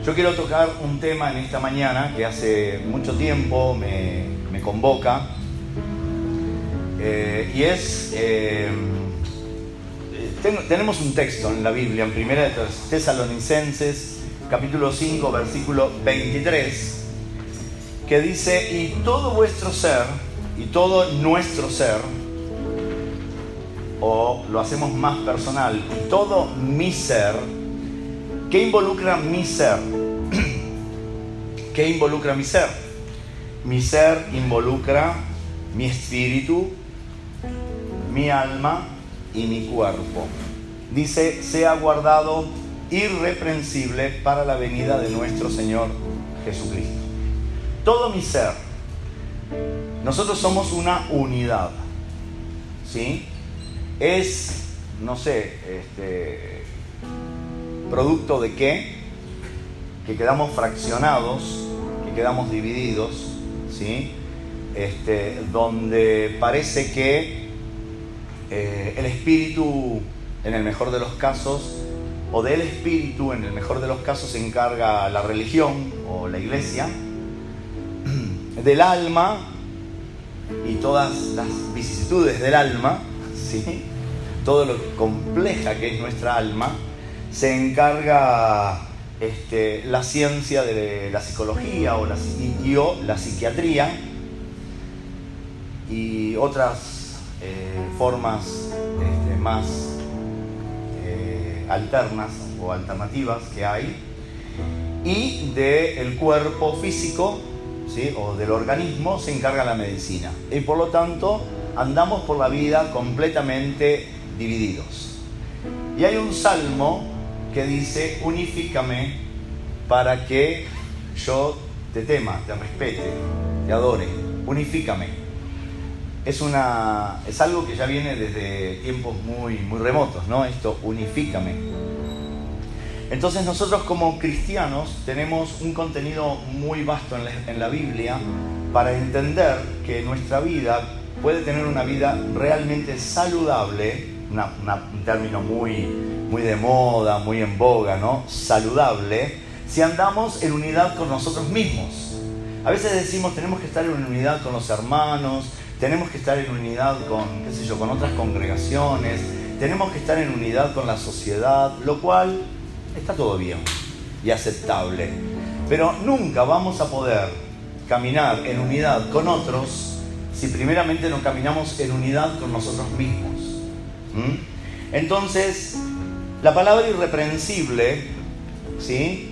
Yo quiero tocar un tema en esta mañana que hace mucho tiempo me convoca, y es, tenemos un texto en la Biblia, en 1 Tesalonicenses, capítulo 5, versículo 23, que dice: y todo vuestro ser, y todo nuestro ser, o lo hacemos más personal, y todo mi ser. ¿Qué involucra mi ser? ¿Qué involucra mi ser? Mi ser involucra mi espíritu, mi alma y mi cuerpo. Dice: sea guardado irreprensible para la venida de nuestro Señor Jesucristo. Todo mi ser. Nosotros somos una unidad, ¿sí? Es, no sé, producto de qué, que quedamos fraccionados, que quedamos divididos, ¿sí? Donde parece que el espíritu, en el mejor de los casos, o del espíritu, en el mejor de los casos, se encarga la religión o la iglesia, del alma y todas las vicisitudes del alma, ¿sí? Todo lo compleja que es nuestra alma, se encarga la ciencia de la psicología o la psiquiatría y otras formas más alternas o alternativas que hay, y del cuerpo físico, ¿sí? O del organismo se encarga la medicina, y por lo tanto andamos por la vida completamente divididos. Y hay un salmo que dice: unifícame para que yo te tema, te respete, te adore. Unifícame. Es algo que ya viene desde tiempos muy remotos, ¿no? Esto, unifícame. Entonces nosotros como cristianos tenemos un contenido muy vasto en la Biblia para entender que nuestra vida puede tener una vida realmente saludable, un término muy de moda, muy en boga, ¿no? Saludable, si andamos en unidad con nosotros mismos. A veces decimos: tenemos que estar en unidad con los hermanos, tenemos que estar en unidad con otras congregaciones, tenemos que estar en unidad con la sociedad, lo cual está todo bien y aceptable. Pero nunca vamos a poder caminar en unidad con otros si primeramente no caminamos en unidad con nosotros mismos. Entonces, la palabra irreprensible, ¿sí?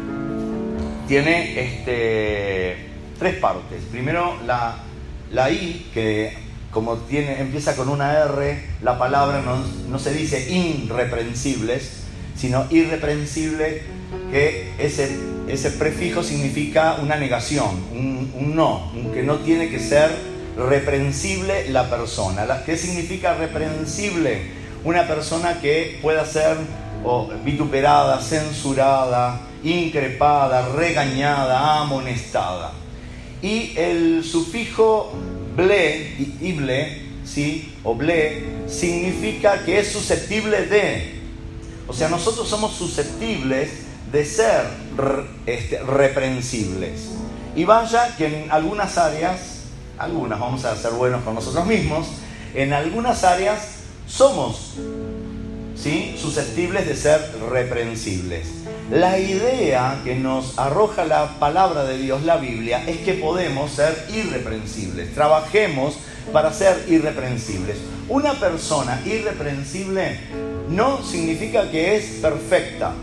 Tiene tres partes. Primero, la I, que como empieza con una R, la palabra no se dice irreprensibles, sino irreprensible, que ese prefijo significa una negación, un no, que no tiene que ser reprensible la persona. ¿Qué significa reprensible? Una persona que pueda ser vituperada, censurada, increpada, regañada, amonestada. Y el sufijo ble, ible, ¿sí? O ble, significa que es susceptible de. O sea, nosotros somos susceptibles de ser reprensibles. Y vaya que en algunas áreas, vamos a ser buenos con nosotros mismos, en algunas áreas somos, ¿sí? susceptibles de ser reprensibles. La idea que nos arroja la palabra de Dios, la Biblia, es que podemos ser irreprensibles. Trabajemos para ser irreprensibles. Una persona irreprensible no significa que es perfecta.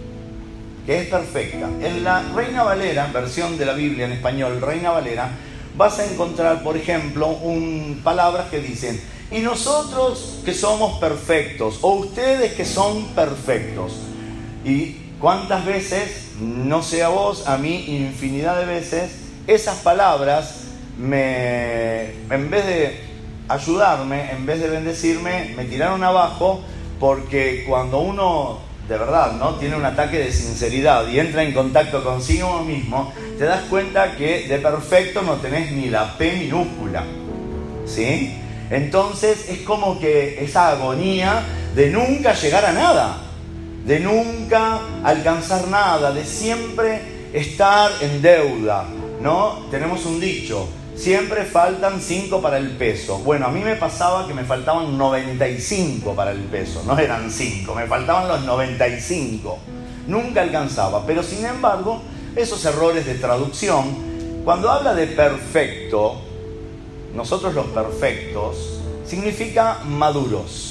En la Reina Valera, versión de la Biblia en español, Reina Valera, vas a encontrar, por ejemplo, palabras que dicen: y nosotros que somos perfectos, o ustedes que son perfectos. Y cuántas veces, no sé a vos, a mí infinidad de veces, esas palabras en vez de ayudarme, en vez de bendecirme, me tiraron abajo, porque cuando uno de verdad, ¿no?, tiene un ataque de sinceridad y entra en contacto consigo mismo, te das cuenta que de perfecto no tenés ni la P minúscula, ¿sí? Entonces es como que esa agonía de nunca llegar a nada, de nunca alcanzar nada, de siempre estar en deuda, ¿no? Tenemos un dicho, siempre faltan 5 para el peso. Bueno, a mí me pasaba que me faltaban 95 para el peso, no eran 5, me faltaban los 95. Nunca alcanzaba, pero sin embargo, esos errores de traducción, cuando habla de perfecto, nosotros los perfectos, significa maduros.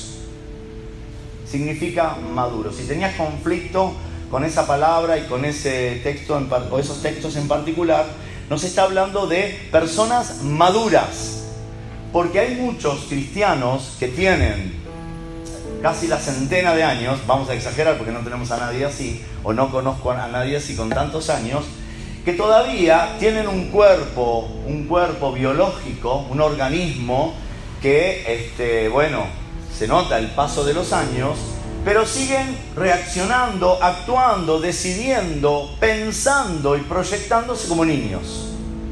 Significa maduros. Si tenías conflicto con esa palabra y con ese texto o esos textos en particular, nos está hablando de personas maduras. Porque hay muchos cristianos que tienen casi la centena de años, vamos a exagerar porque no tenemos a nadie así, o no conozco a nadie así con tantos años, que todavía tienen un cuerpo biológico, un organismo que, se nota el paso de los años, pero siguen reaccionando, actuando, decidiendo, pensando y proyectándose como niños.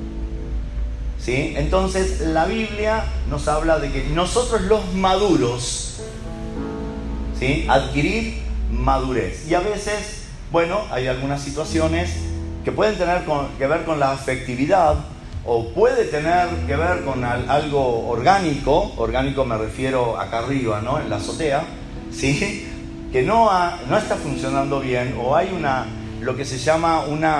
¿Sí? Entonces la Biblia nos habla de que nosotros los maduros, ¿sí?, adquirir madurez. Y a veces, hay algunas situaciones que pueden tener que ver con la afectividad, o puede tener que ver con algo orgánico me refiero acá arriba, ¿no?, en la azotea, ¿sí?, que no está funcionando bien, o hay lo que se llama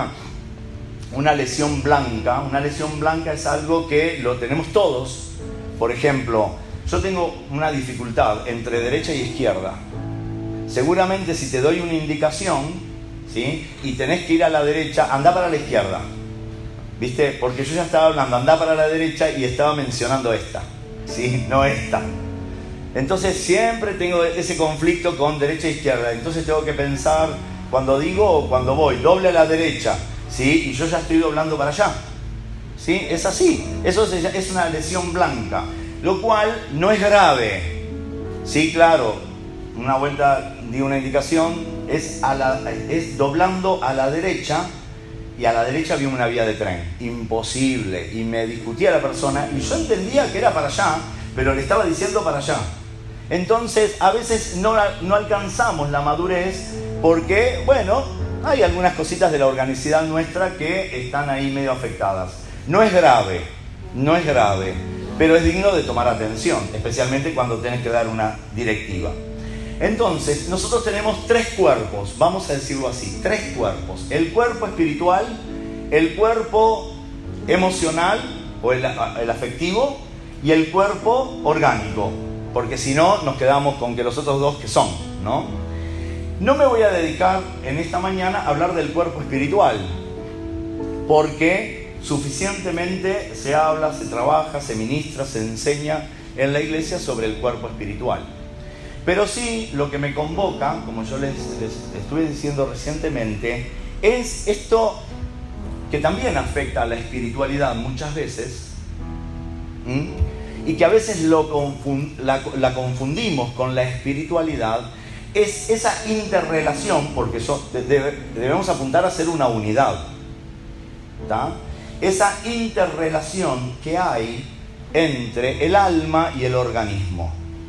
una lesión blanca. Una lesión blanca es algo que lo tenemos todos. Por ejemplo, yo tengo una dificultad entre derecha y izquierda. Seguramente si te doy una indicación, ¿sí?, y tenés que ir a la derecha, anda para la izquierda. ¿Viste? Porque yo ya estaba hablando, anda para la derecha, y estaba mencionando esta, ¿sí?, no esta. Entonces siempre tengo ese conflicto con derecha e izquierda. Entonces tengo que pensar cuando digo o cuando voy, doble a la derecha, ¿sí?, y yo ya estoy doblando para allá. ¿Sí? Es así. Eso es una lesión blanca, lo cual no es grave. Sí, claro, una vuelta di una indicación, es doblando a la derecha, y a la derecha había una vía de tren, imposible, y me discutía la persona, y yo entendía que era para allá, pero le estaba diciendo para allá. Entonces, a veces no alcanzamos la madurez porque, hay algunas cositas de la organicidad nuestra que están ahí medio afectadas. No es grave, pero es digno de tomar atención, especialmente cuando tenés que dar una directiva. Entonces, nosotros tenemos 3 cuerpos, vamos a decirlo así, 3 cuerpos. El cuerpo espiritual, el cuerpo emocional o el afectivo, y el cuerpo orgánico, porque si no nos quedamos con que los otros 2 que son, ¿no? No me voy a dedicar en esta mañana a hablar del cuerpo espiritual, porque suficientemente se habla, se trabaja, se ministra, se enseña en la iglesia sobre el cuerpo espiritual. Pero sí, lo que me convoca, como yo les estuve diciendo recientemente, es esto que también afecta a la espiritualidad muchas veces, y que a veces la confundimos con la espiritualidad, es esa interrelación, porque debemos apuntar a ser una unidad, ¿tá? Esa interrelación que hay entre el alma y el organismo,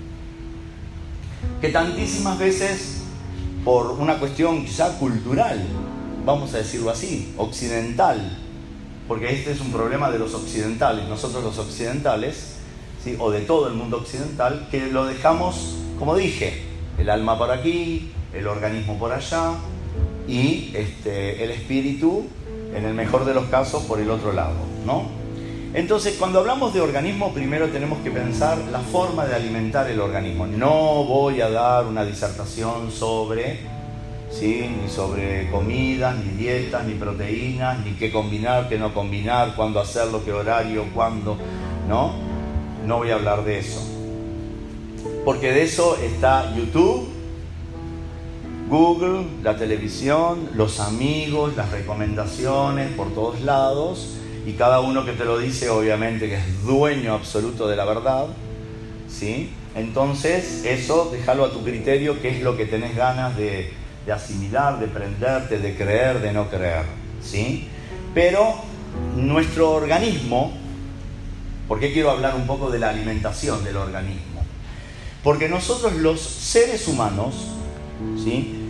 que tantísimas veces, por una cuestión quizá cultural, vamos a decirlo así, occidental, porque este es un problema de los occidentales, nosotros los occidentales, ¿sí?, o de todo el mundo occidental, que lo dejamos, como dije, el alma por aquí, el organismo por allá, y el espíritu, en el mejor de los casos, por el otro lado, ¿no? Entonces, cuando hablamos de organismo, primero tenemos que pensar la forma de alimentar el organismo. No voy a dar una disertación sobre, ¿sí?, ni sobre comidas, ni dietas, ni proteínas, ni qué combinar, qué no combinar, cuándo hacerlo, qué horario, cuándo, ¿no? No voy a hablar de eso. Porque de eso está YouTube, Google, la televisión, los amigos, las recomendaciones por todos lados, y cada uno que te lo dice, obviamente, que es dueño absoluto de la verdad, ¿sí? Entonces, eso, déjalo a tu criterio, qué es lo que tenés ganas de asimilar, de prenderte, de creer, de no creer, ¿sí? Pero nuestro organismo, ¿por qué quiero hablar un poco de la alimentación del organismo? Porque nosotros los seres humanos, ¿sí?,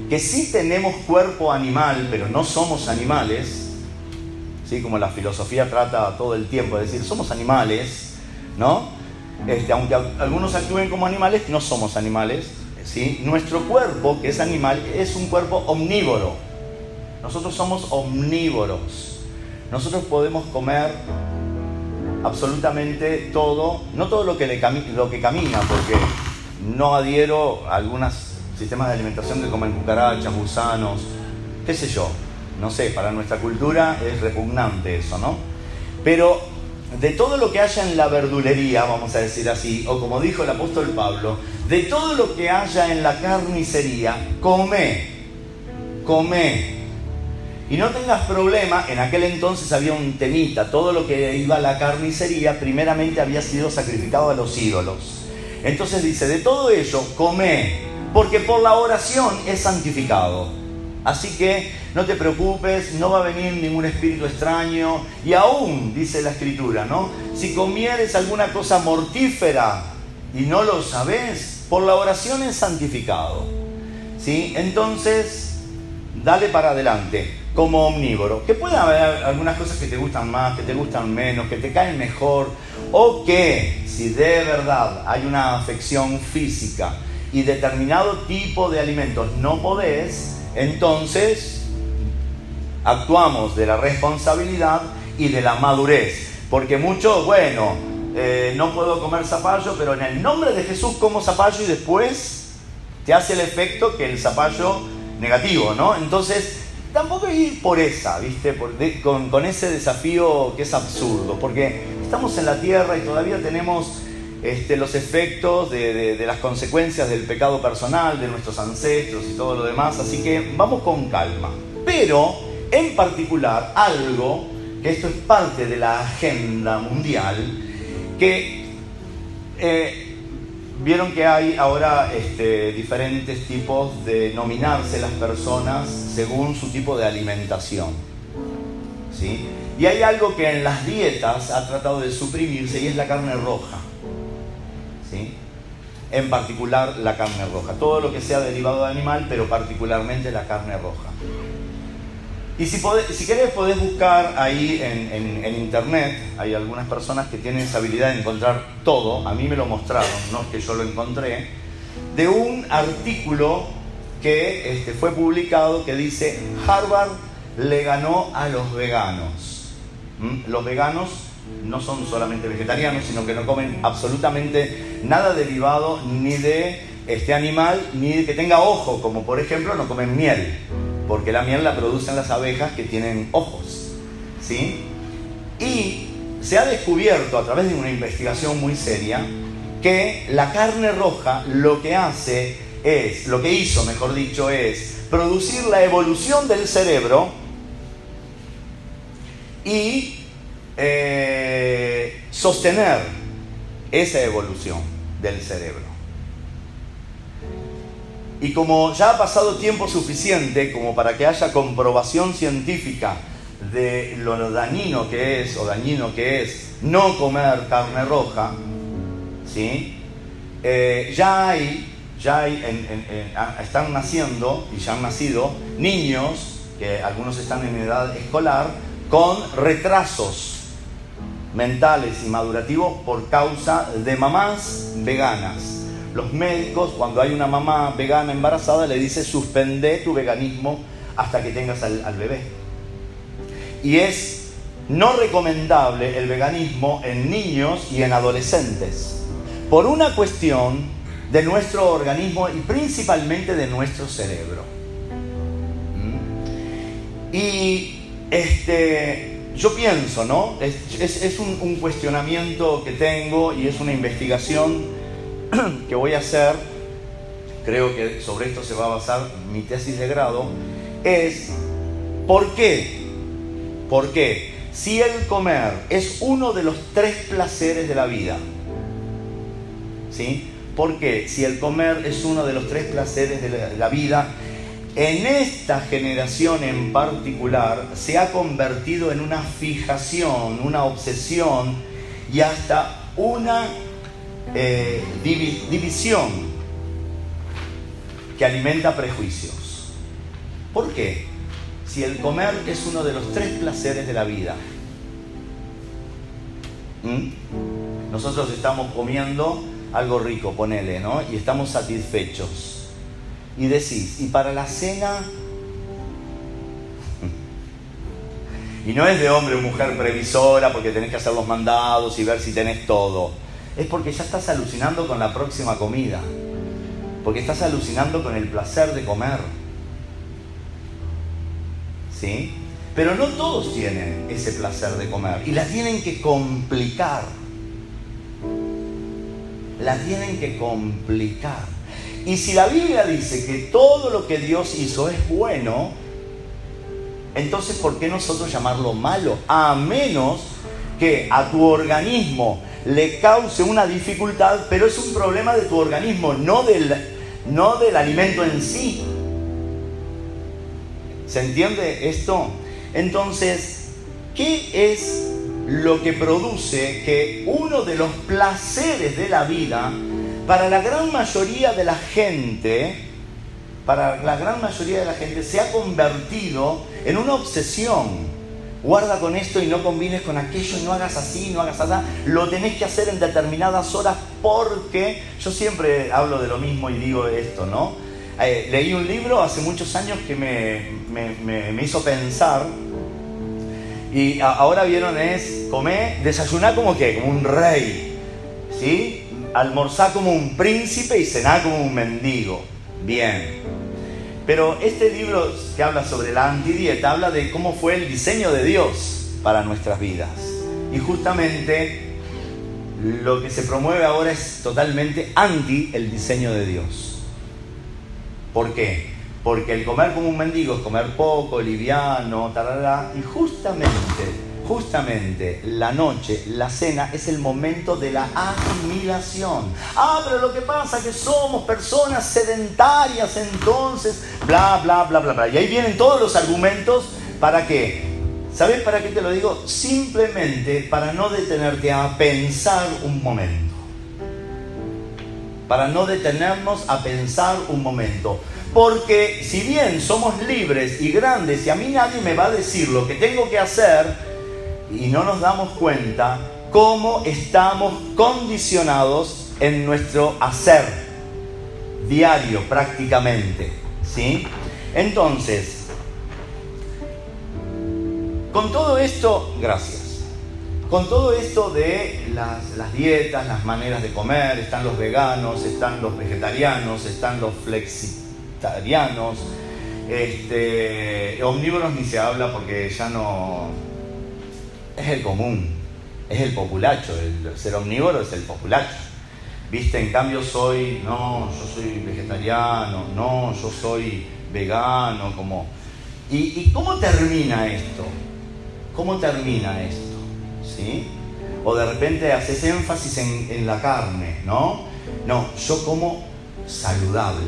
que sí tenemos cuerpo animal, pero no somos animales, ¿sí? Como la filosofía trata todo el tiempo de decir, somos animales, ¿no? Aunque algunos actúen como animales, no somos animales, ¿sí? Nuestro cuerpo, que es animal, es un cuerpo omnívoro. Nosotros somos omnívoros. Nosotros podemos comer absolutamente todo, no todo lo que camina, porque no adhiero a algunos sistemas de alimentación que comen cucarachas, gusanos, qué sé yo, no sé, para nuestra cultura es repugnante eso, ¿no? Pero de todo lo que haya en la verdulería, vamos a decir así, o como dijo el apóstol Pablo, de todo lo que haya en la carnicería, come. Y no tengas problema, en aquel entonces había un temita, todo lo que iba a la carnicería primeramente había sido sacrificado a los ídolos. Entonces dice, de todo ello, come, porque por la oración es santificado. Así que no te preocupes, no va a venir ningún espíritu extraño. Y aún, dice la Escritura, ¿no? Si comieres alguna cosa mortífera y no lo sabes, por la oración es santificado. ¿Sí? Entonces, dale para adelante. Como omnívoro, que puede haber algunas cosas que te gustan más, que te gustan menos, que te caen mejor, o que si de verdad hay una afección física y determinado tipo de alimentos no podés, entonces actuamos de la responsabilidad y de la madurez, porque muchos, no puedo comer zapallo, pero en el nombre de Jesús como zapallo, y después te hace el efecto que el zapallo negativo, ¿no? Entonces tampoco ir por esa, ¿viste? Con ese desafío que es absurdo, porque estamos en la tierra y todavía tenemos los efectos de las consecuencias del pecado personal, de nuestros ancestros y todo lo demás, así que vamos con calma. Pero, en particular, algo, que esto es parte de la agenda mundial, que vieron que hay ahora diferentes tipos de nominarse las personas según su tipo de alimentación, ¿sí? Y hay algo que en las dietas ha tratado de suprimirse y es la carne roja, ¿sí? En particular la carne roja, todo lo que sea derivado de animal, pero particularmente la carne roja. Y si querés podés buscar ahí en internet, hay algunas personas que tienen esa habilidad de encontrar todo, a mí me lo mostraron, no es que yo lo encontré, de un artículo que fue publicado que dice Harvard le ganó a los veganos. Los veganos no son solamente vegetarianos, sino que no comen absolutamente nada derivado ni de animal, ni de que tenga ojo, como por ejemplo no comen miel, porque la miel la producen las abejas que tienen ojos, ¿sí? Y se ha descubierto a través de una investigación muy seria que la carne roja lo que hizo, es producir la evolución del cerebro y sostener esa evolución del cerebro. Y como ya ha pasado tiempo suficiente como para que haya comprobación científica de lo dañino que es no comer carne roja, ¿sí? Están naciendo y ya han nacido niños, que algunos están en edad escolar, con retrasos mentales y madurativos por causa de mamás veganas. Los médicos, cuando hay una mamá vegana embarazada, le dice suspende tu veganismo hasta que tengas al bebé. Y es no recomendable el veganismo en niños y en adolescentes por una cuestión de nuestro organismo y principalmente de nuestro cerebro. Y yo pienso, ¿no? Es un cuestionamiento que tengo y es una investigación que voy a hacer, creo que sobre esto se va a basar mi tesis de grado, es ¿por qué? Si el comer es uno de los 3 placeres de la vida, ¿sí? ¿Por qué? Si el comer es uno de los 3 placeres de la vida, en esta generación en particular se ha convertido en una fijación, una obsesión y hasta una división que alimenta prejuicios. ¿Por qué? Si el comer es uno de los 3 placeres de la vida. Nosotros estamos comiendo algo rico, ponele, ¿no? Y estamos satisfechos. Y decís, ¿y para la cena? Y no es de hombre o mujer previsora porque tenés que hacer los mandados y ver si tenés todo. Es porque ya estás alucinando con la próxima comida. Porque estás alucinando con el placer de comer. ¿Sí? Pero no todos tienen ese placer de comer. Y la tienen que complicar. La tienen que complicar. Y si la Biblia dice que todo lo que Dios hizo es bueno, entonces ¿por qué nosotros llamarlo malo? A menos que a tu organismo le cause una dificultad, pero es un problema de tu organismo, no del alimento en sí. ¿Se entiende esto? Entonces, ¿qué es lo que produce que uno de los placeres de la vida, para la gran mayoría de la gente, se ha convertido en una obsesión? Guarda con esto y no combines con aquello, y no hagas así, no hagas así. Lo tenés que hacer en determinadas horas porque... Yo siempre hablo de lo mismo y digo esto, ¿no? Leí un libro hace muchos años que me hizo pensar. Y ahora vieron, es desayunar como un rey, ¿sí? Almorzar como un príncipe y cenar como un mendigo. Bien. Pero este libro que habla sobre la antidieta habla de cómo fue el diseño de Dios para nuestras vidas. Y justamente lo que se promueve ahora es totalmente anti el diseño de Dios. ¿Por qué? Porque el comer como un mendigo es comer poco, liviano, tarará, y justamente la noche, la cena, es el momento de la asimilación. Pero lo que pasa es que somos personas sedentarias, entonces, bla, bla, bla, bla, bla. Y ahí vienen todos los argumentos. ¿Para qué? ¿Sabes para qué te lo digo? Simplemente para no detenerte a pensar un momento. Para no detenernos a pensar un momento. Porque si bien somos libres y grandes y a mí nadie me va a decir lo que tengo que hacer, y no nos damos cuenta cómo estamos condicionados en nuestro hacer diario prácticamente, ¿sí? Entonces, con todo esto, gracias. Con todo esto de las dietas, las maneras de comer, están los veganos, están los vegetarianos, están los flexitarianos, omnívoros ni se habla porque ya no... Es el común, es el populacho, el ser omnívoro es el populacho. ¿Viste? En cambio yo soy vegetariano, yo soy vegano, como... ¿Y cómo termina esto? ¿Cómo termina esto? ¿Sí? O de repente haces énfasis en la carne, ¿no? No, yo como saludable.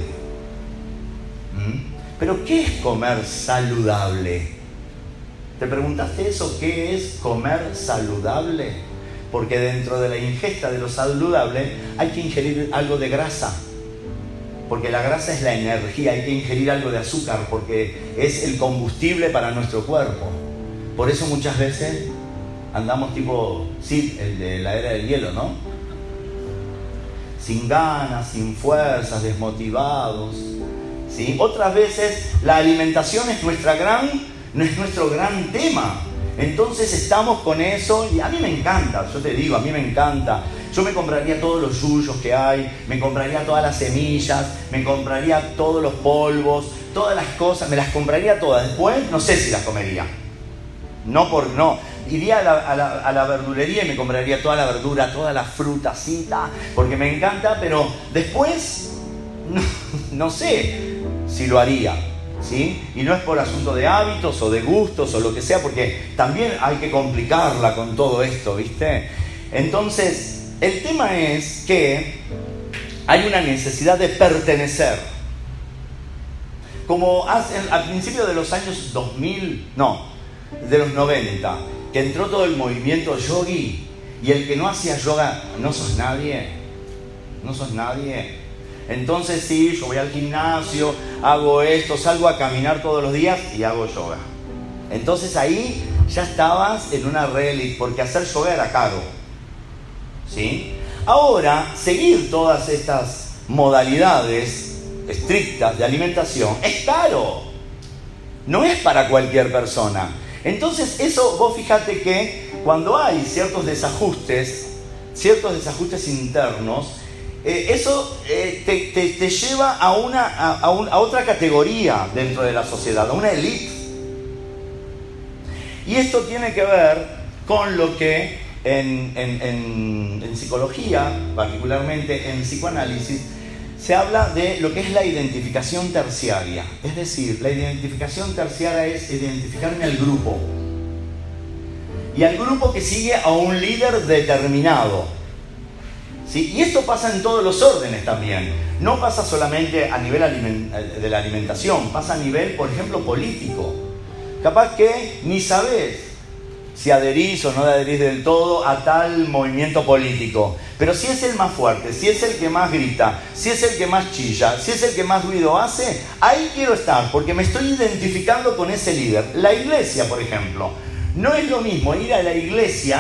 ¿Pero qué es comer saludable? ¿Te preguntaste eso? ¿Qué es comer saludable? Porque dentro de la ingesta de lo saludable hay que ingerir algo de grasa. Porque la grasa es la energía, hay que ingerir algo de azúcar porque es el combustible para nuestro cuerpo. Por eso muchas veces andamos tipo Sid, el de la era del hielo, ¿no? Sin ganas, sin fuerzas, desmotivados, ¿sí? Otras veces la alimentación es nuestro gran tema. Entonces estamos con eso y a mí me encanta, yo te digo, a mí me encanta. Yo me compraría todos los yuyos que hay, me compraría todas las semillas, me compraría todos los polvos, todas las cosas, me las compraría todas. Después no sé si las comería. No. Iría a la verdulería y me compraría toda la verdura, toda la frutacita, porque me encanta, pero después no sé si lo haría. ¿Sí? Y no es por asunto de hábitos o de gustos o lo que sea, porque también hay que complicarla con todo esto, ¿viste? Entonces, el tema es que hay una necesidad de pertenecer. Como al principio de los años 2000, de los 90, que entró todo el movimiento yogi, y el que no hacía yoga, no sos nadie. Entonces sí, yo voy al gimnasio, hago esto, salgo a caminar todos los días y hago yoga. Entonces ahí ya estabas en una realidad, porque hacer yoga era caro, ¿sí? Ahora, seguir todas estas modalidades estrictas de alimentación es caro, no es para cualquier persona. Entonces eso, vos fíjate que cuando hay ciertos desajustes internos, eso te lleva a otra categoría dentro de la sociedad, a una élite. Y esto tiene que ver con lo que en psicología, particularmente en psicoanálisis, se habla de lo que es la identificación terciaria. Es decir, la identificación terciaria es identificarme al grupo. Y al grupo que sigue a un líder determinado. ¿Sí? Y esto pasa en todos los órdenes también. No pasa solamente a nivel de la alimentación, pasa a nivel, por ejemplo, político. Capaz que ni sabés si adherís o no adherís del todo a tal movimiento político. Pero si es el más fuerte, si es el que más grita, si es el que más chilla, si es el que más ruido hace, ahí quiero estar, porque me estoy identificando con ese líder. La iglesia, por ejemplo, no es lo mismo ir a la iglesia,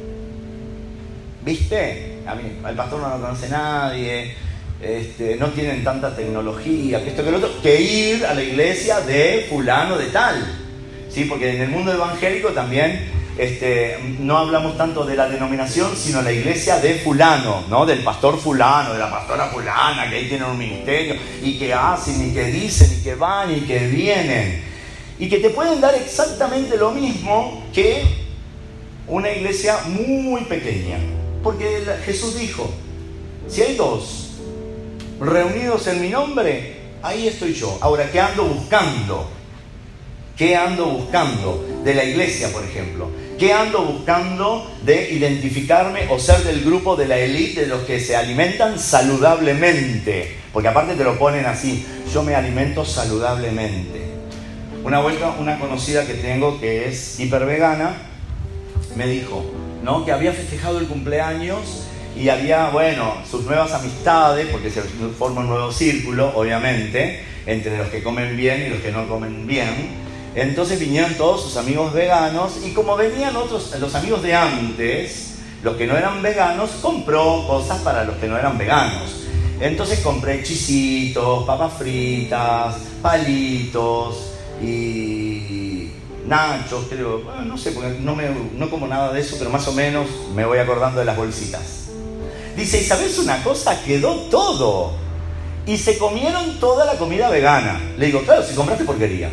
¿viste? A mí, al pastor no lo conoce nadie, no tienen tanta tecnología, que esto que lo otro, que ir a la iglesia de fulano de tal. ¿Sí? Porque en el mundo evangélico también no hablamos tanto de la denominación, sino la iglesia de fulano, ¿no? Del pastor fulano, de la pastora fulana, que ahí tienen un ministerio, y que hacen, y que dicen, y que van, y que vienen. Y que te pueden dar exactamente lo mismo que una iglesia muy pequeña. Porque Jesús dijo, si hay dos reunidos en mi nombre, ahí estoy yo. Ahora, ¿qué ando buscando? ¿Qué ando buscando de la iglesia, por ejemplo? ¿Qué ando buscando de identificarme o ser del grupo de la élite de los que se alimentan saludablemente? Porque aparte te lo ponen así, yo me alimento saludablemente. Una vuelta, una conocida que tengo que es hipervegana, me dijo, ¿no? Que había festejado el cumpleaños y había, sus nuevas amistades, porque se forma un nuevo círculo, obviamente, entre los que comen bien y los que no comen bien. Entonces vinieron todos sus amigos veganos y como venían los amigos de antes, los que no eran veganos, compró cosas para los que no eran veganos. Entonces compré chisitos, papas fritas, palitos y nachos, creo. No sé, porque no como nada de eso, pero más o menos me voy acordando de las bolsitas. Dice, ¿y sabes una cosa? Quedó todo. Y se comieron toda la comida vegana. Le digo, claro, si compraste porquería.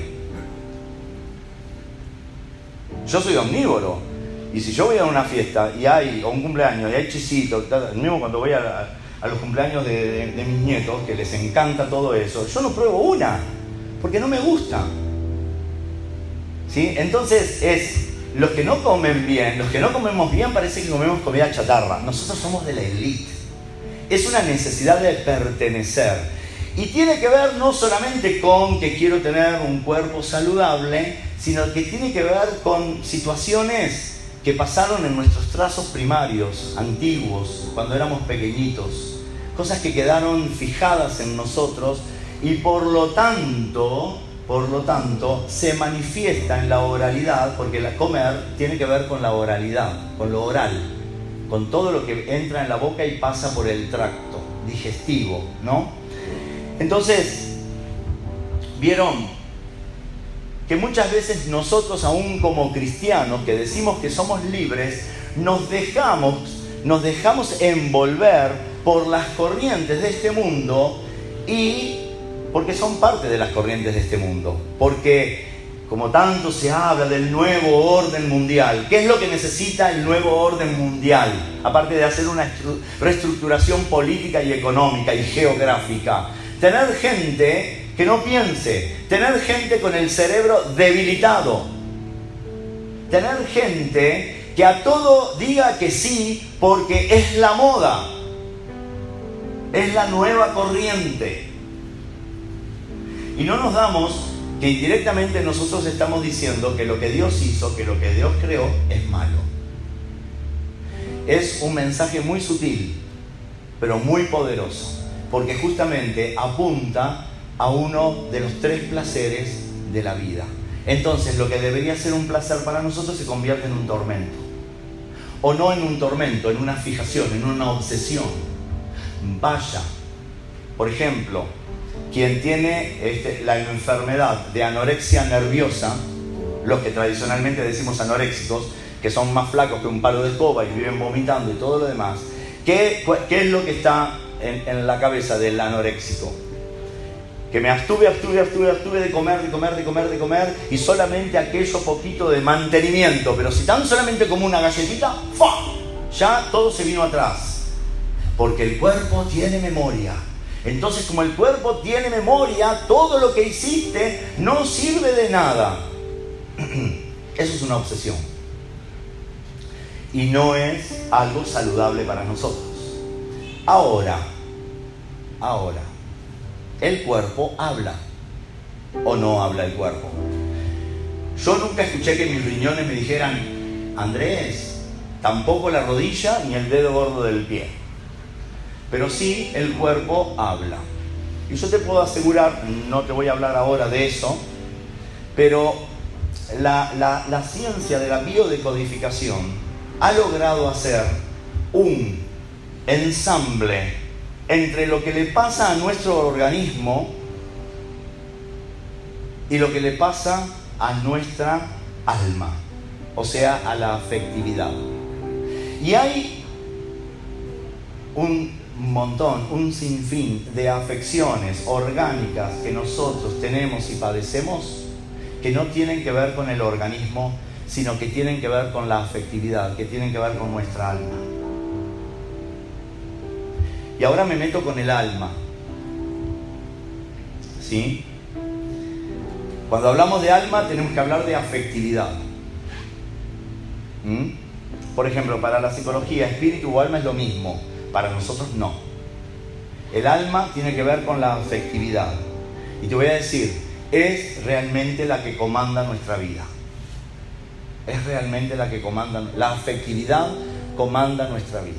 Yo soy omnívoro, y si yo voy a una fiesta o un cumpleaños y hay chisitos, mismo cuando voy a los cumpleaños de mis nietos, que les encanta todo eso, yo no pruebo una, porque no me gusta. ¿Sí? Entonces los que no comen bien, los que no comemos bien, parece que comemos comida chatarra. Nosotros somos de la élite. Es una necesidad de pertenecer. Y tiene que ver no solamente con que quiero tener un cuerpo saludable, sino que tiene que ver con situaciones que pasaron en nuestros trazos primarios, antiguos, cuando éramos pequeñitos. Cosas que quedaron fijadas en nosotros y por lo tanto, se manifiesta en la oralidad, porque la comer tiene que ver con la oralidad, con lo oral, con todo lo que entra en la boca y pasa por el tracto digestivo, ¿no? Entonces, vieron que muchas veces nosotros, aún como cristianos, que decimos que somos libres, nos dejamos envolver por las corrientes de este mundo, y porque son parte de las corrientes de este mundo. Porque, como tanto se habla del nuevo orden mundial, ¿qué es lo que necesita el nuevo orden mundial? Aparte de hacer una reestructuración política y económica y geográfica. Tener gente que no piense, tener gente con el cerebro debilitado, tener gente que a todo diga que sí porque es la moda, es la nueva corriente. Y no nos damos que indirectamente nosotros estamos diciendo que lo que Dios hizo, que lo que Dios creó es malo. Es un mensaje muy sutil, pero muy poderoso. porque justamente apunta a uno de los 3 placeres de la vida. Entonces, lo que debería ser un placer para nosotros se convierte en un tormento. O no en un tormento, en una fijación, en una obsesión. Vaya, por ejemplo, quien tiene la enfermedad de anorexia nerviosa, los que tradicionalmente decimos anoréxicos, que son más flacos que un palo de escoba y viven vomitando y todo lo demás, ¿qué es lo que está en la cabeza del anoréxico? Que me abstuve de comer y solamente aquello poquito de mantenimiento, pero si tan solamente como una galletita, ¡fa!, ya todo se vino atrás, porque el cuerpo tiene memoria. Entonces, como el cuerpo tiene memoria, todo lo que hiciste no sirve de nada. Eso es una obsesión y no es algo saludable para nosotros. Ahora, el cuerpo habla o no habla el cuerpo. Yo nunca escuché que mis riñones me dijeran: Andrés, tampoco la rodilla ni el dedo gordo del pie. Pero sí el cuerpo habla. Y yo te puedo asegurar, no te voy a hablar ahora de eso, pero la ciencia de la biodecodificación ha logrado hacer un ensamble entre lo que le pasa a nuestro organismo y lo que le pasa a nuestra alma, o sea, a la afectividad. Y hay un montón, un sinfín de afecciones orgánicas que nosotros tenemos y padecemos que no tienen que ver con el organismo, sino que tienen que ver con la afectividad, que tienen que ver con nuestra alma. Y ahora me meto con el alma, ¿sí? Cuando hablamos de alma tenemos que hablar de afectividad. Por ejemplo, para la psicología, espíritu o alma es lo mismo. Para nosotros no. El alma tiene que ver con la afectividad. Y te voy a decir, es realmente la que comanda nuestra vida. Es realmente la que comanda. La afectividad comanda nuestra vida.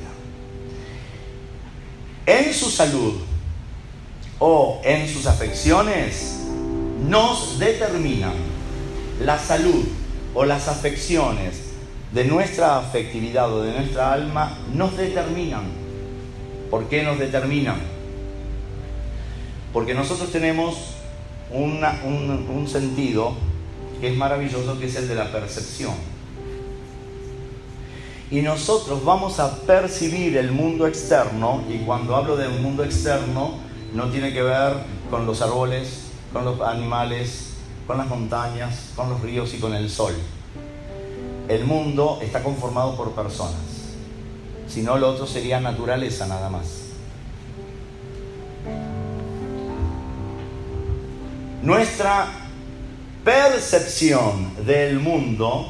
En su salud o en sus afecciones nos determinan. La salud o las afecciones de nuestra afectividad o de nuestra alma nos determinan. ¿Por qué nos determinan? Porque nosotros tenemos un sentido que es maravilloso, que es el de la percepción. Y nosotros vamos a percibir el mundo externo, y cuando hablo de un mundo externo, no tiene que ver con los árboles, con los animales, con las montañas, con los ríos y con el sol. El mundo está conformado por personas. Si no, lo otro sería naturaleza nada más. Nuestra percepción del mundo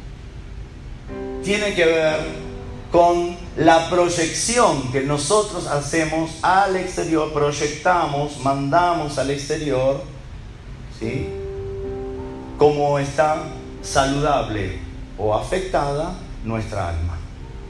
tiene que ver con la proyección que nosotros hacemos al exterior, proyectamos, mandamos al exterior, ¿sí?, cómo está saludable o afectada nuestra alma.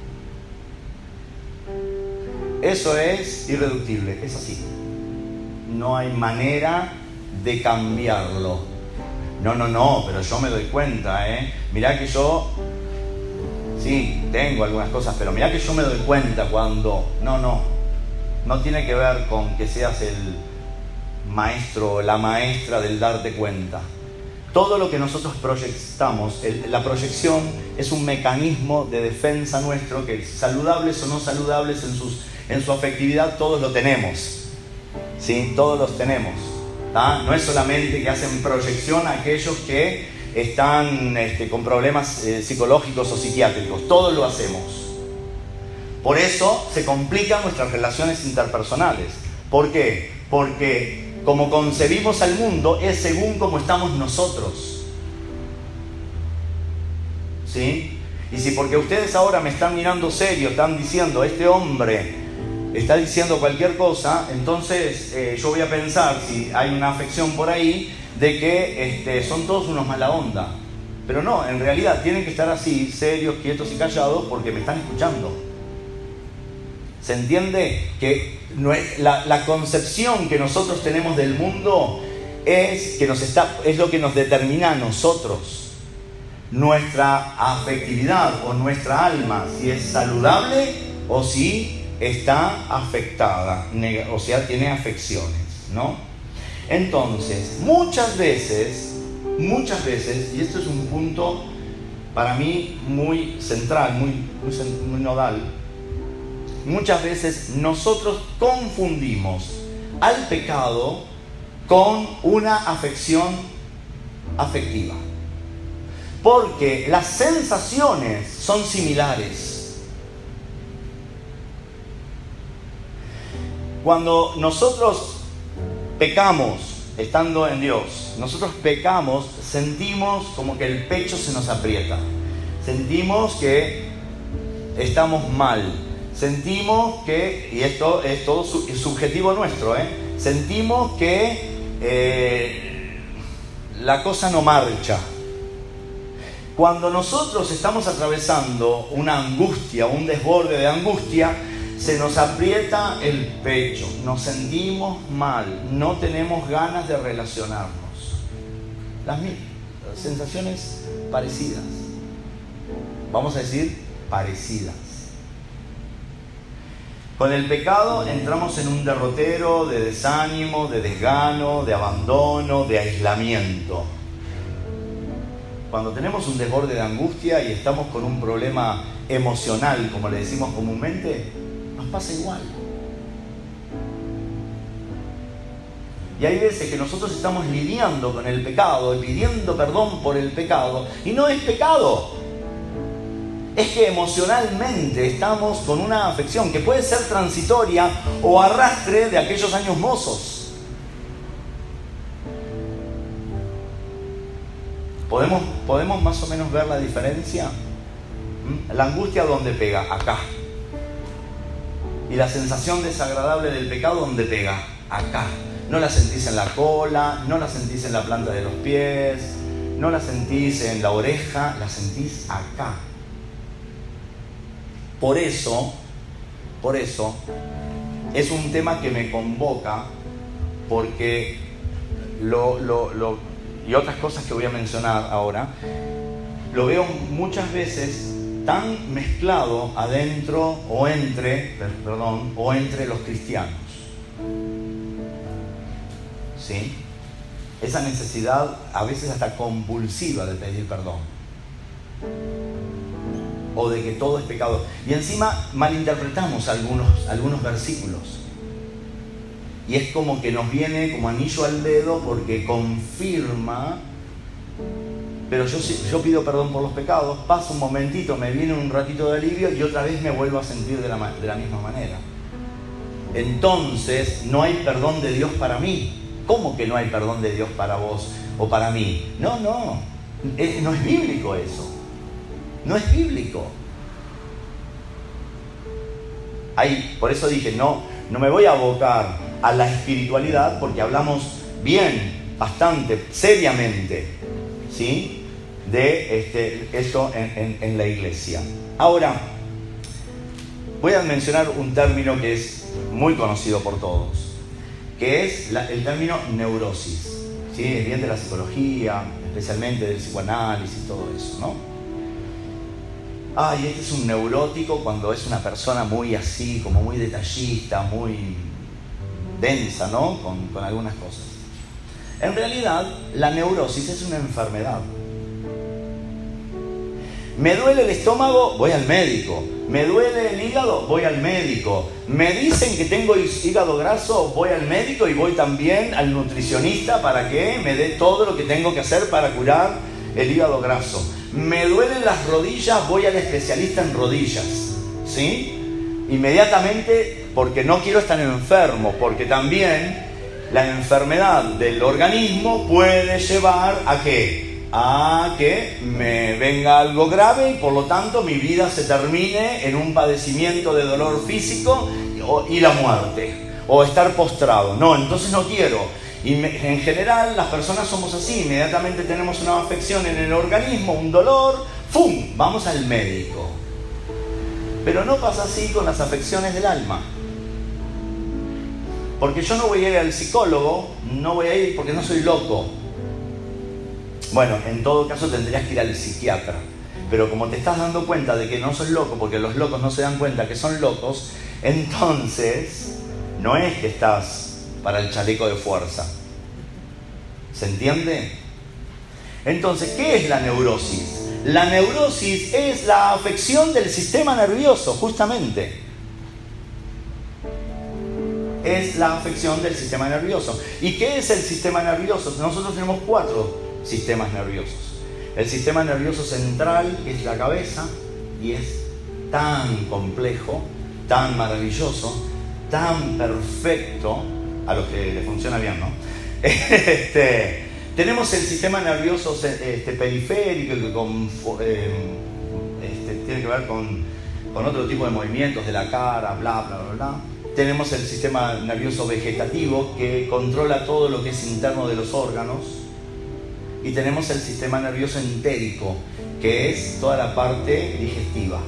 Eso es irreductible, es así. No hay manera de cambiarlo. No, pero yo me doy cuenta, mirá que yo, sí, tengo algunas cosas, pero mirá que yo me doy cuenta cuando... No tiene que ver con que seas el maestro o la maestra del darte cuenta. Todo lo que nosotros proyectamos, la proyección es un mecanismo de defensa nuestro que, saludables o no saludables en su afectividad, todos lo tenemos, ¿sí? Todos los tenemos. No es solamente que hacen proyección a aquellos que están con problemas psicológicos o psiquiátricos, todos lo hacemos. Por eso se complican nuestras relaciones interpersonales. ¿Por qué? Porque como concebimos al mundo es según cómo estamos nosotros, ¿sí? Y si porque ustedes ahora me están mirando serio, están diciendo, este hombre está diciendo cualquier cosa, entonces yo voy a pensar, si hay una afección por ahí, de que son todos unos mala onda. Pero no, en realidad tienen que estar así, serios, quietos y callados, porque me están escuchando. ¿Se entiende? Que la concepción que nosotros tenemos del mundo es lo que nos determina a nosotros. Nuestra afectividad o nuestra alma, si es saludable o si está afectada, o sea, tiene afecciones, ¿no? Entonces, muchas veces, y esto es un punto para mí muy central, muy nodal, muchas veces nosotros confundimos al pecado con una afección afectiva. Porque las sensaciones son similares. Cuando nosotros pecamos, estando en Dios, nosotros pecamos, sentimos como que el pecho se nos aprieta. Sentimos que estamos mal. Sentimos que, y esto es todo subjetivo nuestro, sentimos que la cosa no marcha. Cuando nosotros estamos atravesando una angustia, un desborde de angustia, se nos aprieta el pecho, nos sentimos mal, no tenemos ganas de relacionarnos. Las sensaciones parecidas. Vamos a decir parecidas. Con el pecado entramos en un derrotero de desánimo, de desgano, de abandono, de aislamiento. Cuando tenemos un desborde de angustia y estamos con un problema emocional, como le decimos comúnmente, nos pasa igual. Y hay veces que nosotros estamos lidiando con el pecado y pidiendo perdón por el pecado, y no es pecado. Es que emocionalmente estamos con una afección que puede ser transitoria o arrastre de aquellos años mozos. ¿Podemos más o menos ver la diferencia? La angustia, ¿dónde pega? Acá. Y la sensación desagradable del pecado, ¿dónde pega? Acá. No la sentís en la cola, no la sentís en la planta de los pies, no la sentís en la oreja, la sentís acá. Por eso es un tema que me convoca, porque y otras cosas que voy a mencionar ahora, lo veo muchas veces tan mezclado adentro o entre los cristianos. ¿Sí? Esa necesidad a veces hasta compulsiva de pedir perdón. O de que todo es pecado. Y encima malinterpretamos algunos versículos. Y es como que nos viene como anillo al dedo porque confirma. Pero yo pido perdón por los pecados, pasa un momentito, me viene un ratito de alivio y otra vez me vuelvo a sentir de la misma manera. Entonces no hay perdón de Dios para mí. ¿Cómo que no hay perdón de Dios para vos o para mí? No es bíblico eso. No es bíblico. Por eso dije, no me voy a abocar a la espiritualidad, porque hablamos bien, bastante, seriamente, ¿sí? De esto en la iglesia. Ahora, voy a mencionar un término que es muy conocido por todos, que es el término neurosis, ¿sí? Es bien de la psicología, especialmente del psicoanálisis, todo eso, ¿no? Este es un neurótico cuando es una persona muy así, como muy detallista, muy densa, ¿no? Con algunas cosas. En realidad, la neurosis es una enfermedad. Me duele el estómago, voy al médico. Me duele el hígado, voy al médico. Me dicen que tengo hígado graso, voy al médico y voy también al nutricionista para que me dé todo lo que tengo que hacer para curar el hígado graso. Me duelen las rodillas, voy al especialista en rodillas, ¿sí? Inmediatamente, porque no quiero estar enfermo, porque también la enfermedad del organismo puede llevar ¿a qué? A que me venga algo grave y por lo tanto mi vida se termine en un padecimiento de dolor físico y la muerte, o estar postrado. No, entonces no quiero. Y en general las personas somos así, inmediatamente tenemos una afección en el organismo, un dolor, ¡fum!, vamos al médico. Pero no pasa así con las afecciones del alma. Porque yo no voy a ir al psicólogo, no voy a ir porque no soy loco. Bueno, en todo caso tendrías que ir al psiquiatra. Pero como te estás dando cuenta de que no sos loco, porque los locos no se dan cuenta que son locos, entonces no es que estás para el chaleco de fuerza. ¿Se entiende? Entonces, ¿qué es la neurosis? La neurosis es la afección del sistema nervioso, justamente. Es la afección del sistema nervioso. ¿Y qué es el sistema nervioso? Nosotros tenemos 4 sistemas nerviosos. El sistema nervioso central, que es la cabeza, y es tan complejo, tan maravilloso, tan perfecto, a los que le funciona bien, ¿no? Tenemos el sistema nervioso periférico, que tiene que ver con otro tipo de movimientos de la cara, bla, bla, bla, bla. Tenemos el sistema nervioso vegetativo, que controla todo lo que es interno de los órganos. Y tenemos el sistema nervioso entérico, que es toda la parte digestiva,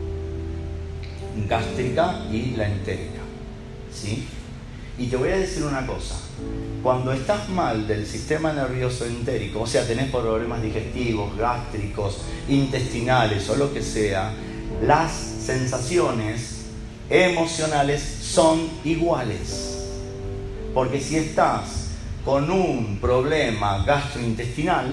gástrica y la entérica, ¿sí? Y te voy a decir una cosa. Cuando estás mal del sistema nervioso entérico, o sea, tenés problemas digestivos, gástricos, intestinales o lo que sea, las sensaciones emocionales son iguales. Porque si estás con un problema gastrointestinal,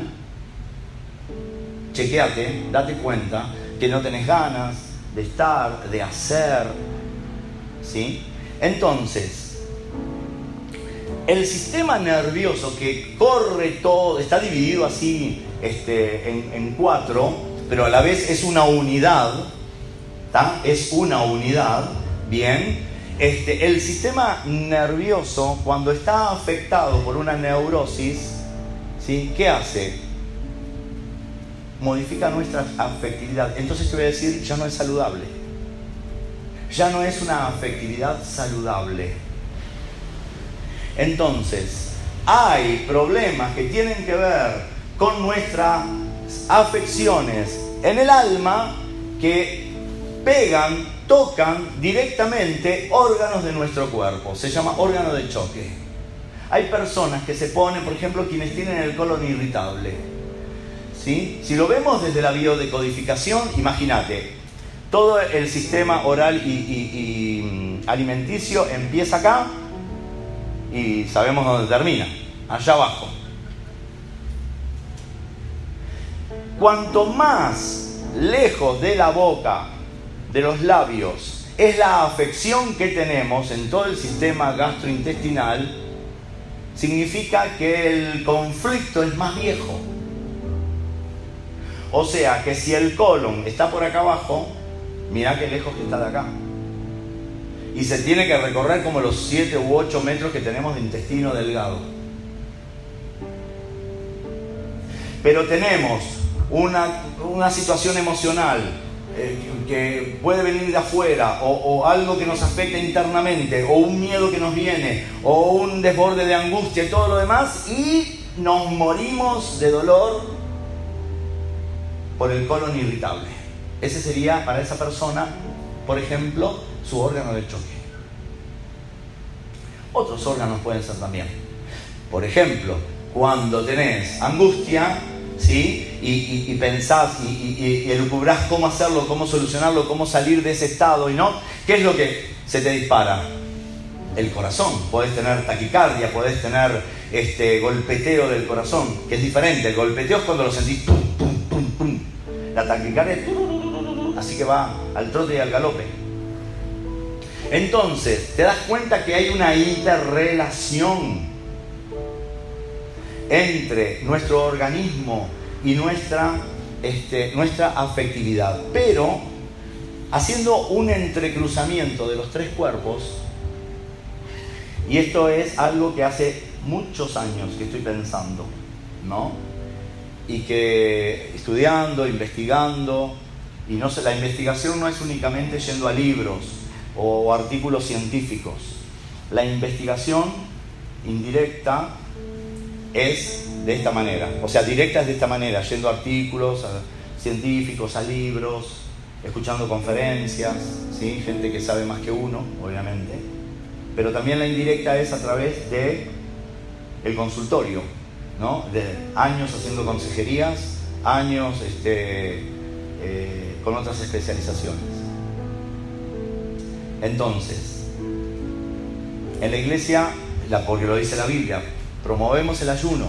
chequeate, date cuenta que no tenés ganas de estar, de hacer, ¿sí? Entonces, el sistema nervioso que corre todo, está dividido así en 4, pero a la vez es una unidad, ¿tá? Es una unidad, bien. El sistema nervioso, cuando está afectado por una neurosis, ¿sí? ¿Qué hace? Modifica nuestra afectividad. Entonces te voy a decir, ya no es saludable. Ya no es una afectividad saludable. Entonces, hay problemas que tienen que ver con nuestras afecciones en el alma que pegan, tocan directamente órganos de nuestro cuerpo. Se llama órgano de choque. Hay personas que se ponen, por ejemplo, quienes tienen el colon irritable, ¿sí? Si lo vemos desde la biodecodificación, imagínate, todo el sistema oral y alimenticio empieza acá y sabemos dónde termina, allá abajo. Cuanto más lejos de la boca, de los labios, es la afección que tenemos en todo el sistema gastrointestinal, significa que el conflicto es más viejo. O sea que si el colon está por acá abajo, mirá qué lejos que está de acá. Y se tiene que recorrer como los 7 u 8 metros que tenemos de intestino delgado. Pero tenemos una situación emocional que puede venir de afuera, o algo que nos afecta internamente, o un miedo que nos viene, o un desborde de angustia y todo lo demás, y nos morimos de dolor por el colon irritable. Ese sería para esa persona, por ejemplo, su órgano de choque. Otros órganos pueden ser también. Por ejemplo, cuando tenés angustia, ¿sí? Y pensás y elucubrás cómo hacerlo, cómo solucionarlo, cómo salir de ese estado, y no, ¿qué es lo que se te dispara? El corazón. Podés tener taquicardia, podés tener golpeteo del corazón, que es diferente. El golpeteo es cuando lo sentís tum, tum, tum, tum. La taquicardia es así que va al trote y al galope. Entonces, te das cuenta que hay una interrelación entre nuestro organismo y nuestra afectividad. Pero, haciendo un entrecruzamiento de los 3 cuerpos, y esto es algo que hace muchos años que estoy pensando, ¿no? Y que estudiando, investigando, y no sé, la investigación no es únicamente yendo a libros o artículos científicos. La investigación indirecta es de esta manera, o sea, directa es de esta manera, yendo a artículos científicos, a libros, escuchando conferencias, ¿sí? Gente que sabe más que uno, obviamente. Pero también la indirecta es a través de el consultorio, ¿no? De años haciendo consejerías, años con otras especializaciones. Entonces, en la iglesia, porque lo dice la Biblia, promovemos el ayuno.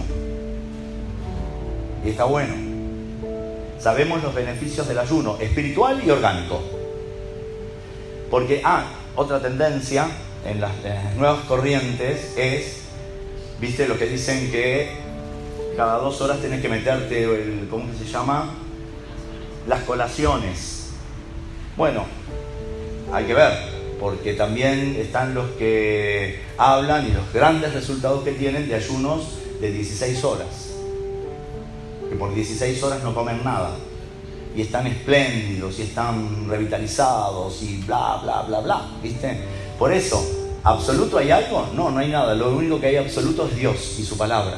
Y está bueno. Sabemos los beneficios del ayuno, espiritual y orgánico. Porque, otra tendencia en las nuevas corrientes es, ¿viste lo que dicen que cada 2 horas tenés que meterte ¿cómo que se llama? Las colaciones. Bueno, hay que ver, porque también están los que hablan y los grandes resultados que tienen de ayunos de 16 horas. Que por 16 horas no comen nada. Y están espléndidos, y están revitalizados, y bla, bla, bla, bla, ¿viste? Por eso, ¿absoluto hay algo? No, no hay nada. Lo único que hay absoluto es Dios y su palabra.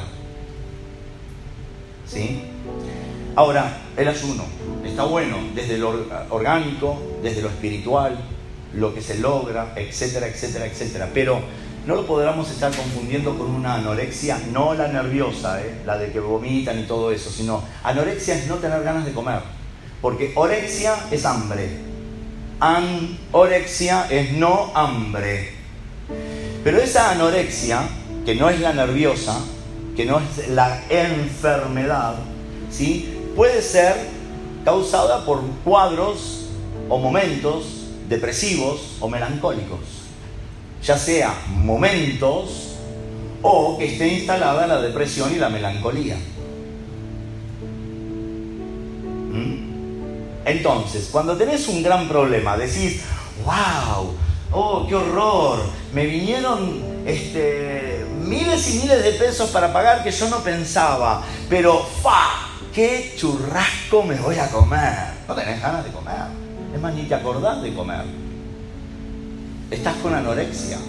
¿Sí? Ahora, el ayuno está bueno desde lo orgánico, desde lo espiritual, lo que se logra, etcétera, etcétera, etcétera. Pero no lo podamos estar confundiendo con una anorexia, no la nerviosa, la de que vomitan y todo eso, sino anorexia es no tener ganas de comer. Porque orexia es hambre, anorexia es no hambre. Pero esa anorexia, que no es la nerviosa, que no es la enfermedad, ¿sí? Puede ser causada por cuadros o momentos depresivos o melancólicos, ya sea momentos o que esté instalada la depresión y la melancolía. Entonces, cuando tenés un gran problema, decís, wow, oh, qué horror, me vinieron miles y miles de pesos para pagar que yo no pensaba, pero qué churrasco me voy a comer. No tenés ganas de comer, es más, ni te acordás de comer. Estás con anorexia,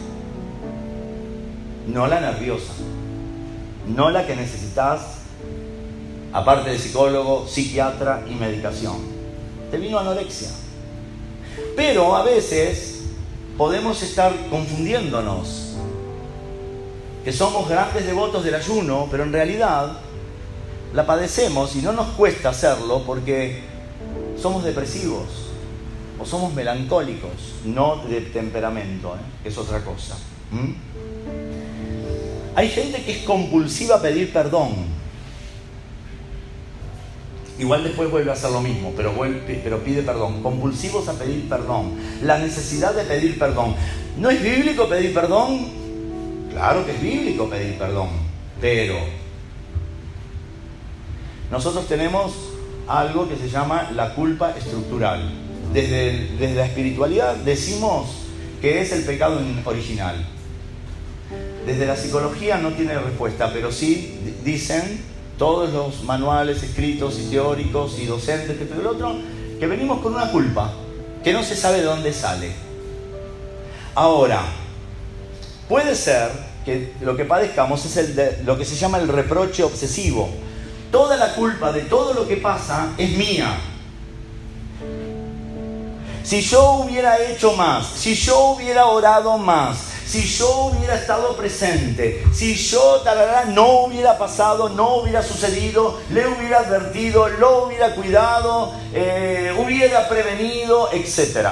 no la nerviosa, no la que necesitas, aparte de psicólogo, psiquiatra y medicación. Te vino anorexia. Pero a veces podemos estar confundiéndonos, que somos grandes devotos del ayuno, pero en realidad la padecemos y no nos cuesta hacerlo porque somos depresivos o somos melancólicos, no de temperamento, que es otra cosa. Hay gente que es compulsiva a pedir perdón. Igual después vuelve a hacer lo mismo, pero pide perdón. Compulsivos a pedir perdón. La necesidad de pedir perdón. ¿No es bíblico pedir perdón? Claro que es bíblico pedir perdón. Pero nosotros tenemos algo que se llama la culpa estructural. Desde la espiritualidad decimos que es el pecado original. Desde la psicología no tiene respuesta, pero sí dicen todos los manuales escritos y teóricos y docentes, que todo el otro, que venimos con una culpa que no se sabe de dónde sale. Ahora, puede ser que lo que padezcamos es lo que se llama el reproche obsesivo. Toda la culpa de todo lo que pasa es mía. Si yo hubiera hecho más, si yo hubiera orado más, si yo hubiera estado presente, si yo no hubiera pasado, no hubiera sucedido, le hubiera advertido, lo hubiera cuidado, hubiera prevenido, etc.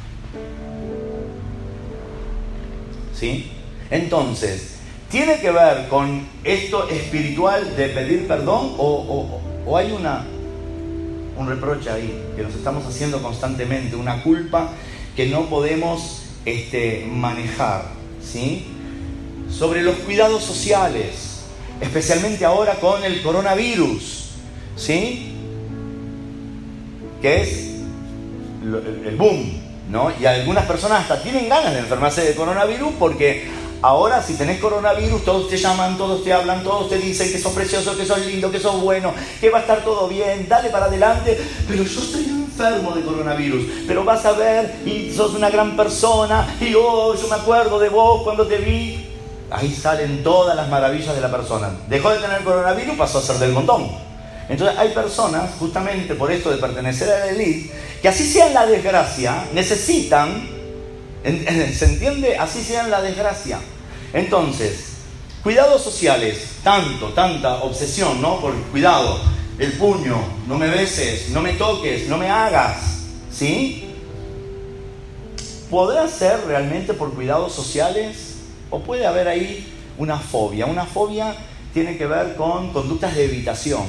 ¿Sí? Entonces, ¿tiene que ver con esto espiritual de pedir perdón o hay un reproche ahí que nos estamos haciendo constantemente, una culpa que no podemos manejar? ¿Sí? Sobre los cuidados sociales, especialmente ahora con el coronavirus, ¿sí? Que es el boom, ¿no? Y algunas personas hasta tienen ganas de enfermarse de coronavirus porque ahora si tenés coronavirus todos te llaman, todos te hablan, todos te dicen que sos precioso, que sos lindo, que sos bueno, que va a estar todo bien, dale para adelante, pero yo estoy enfermo de coronavirus, pero vas a ver y sos una gran persona y yo me acuerdo de vos cuando te vi. Ahí salen todas las maravillas de la persona. Dejó de tener coronavirus, pasó a ser del montón. Entonces hay personas, justamente por esto de pertenecer a la élite, que así sea en la desgracia, necesitan, ¿se entiende? Así sea en la desgracia. Entonces, cuidados sociales, tanta obsesión, ¿no? Por cuidado, el puño, no me beses, no me toques, no me hagas, ¿sí? ¿Podrá ser realmente por cuidados sociales? ¿O puede haber ahí una fobia? Una fobia tiene que ver con conductas de evitación,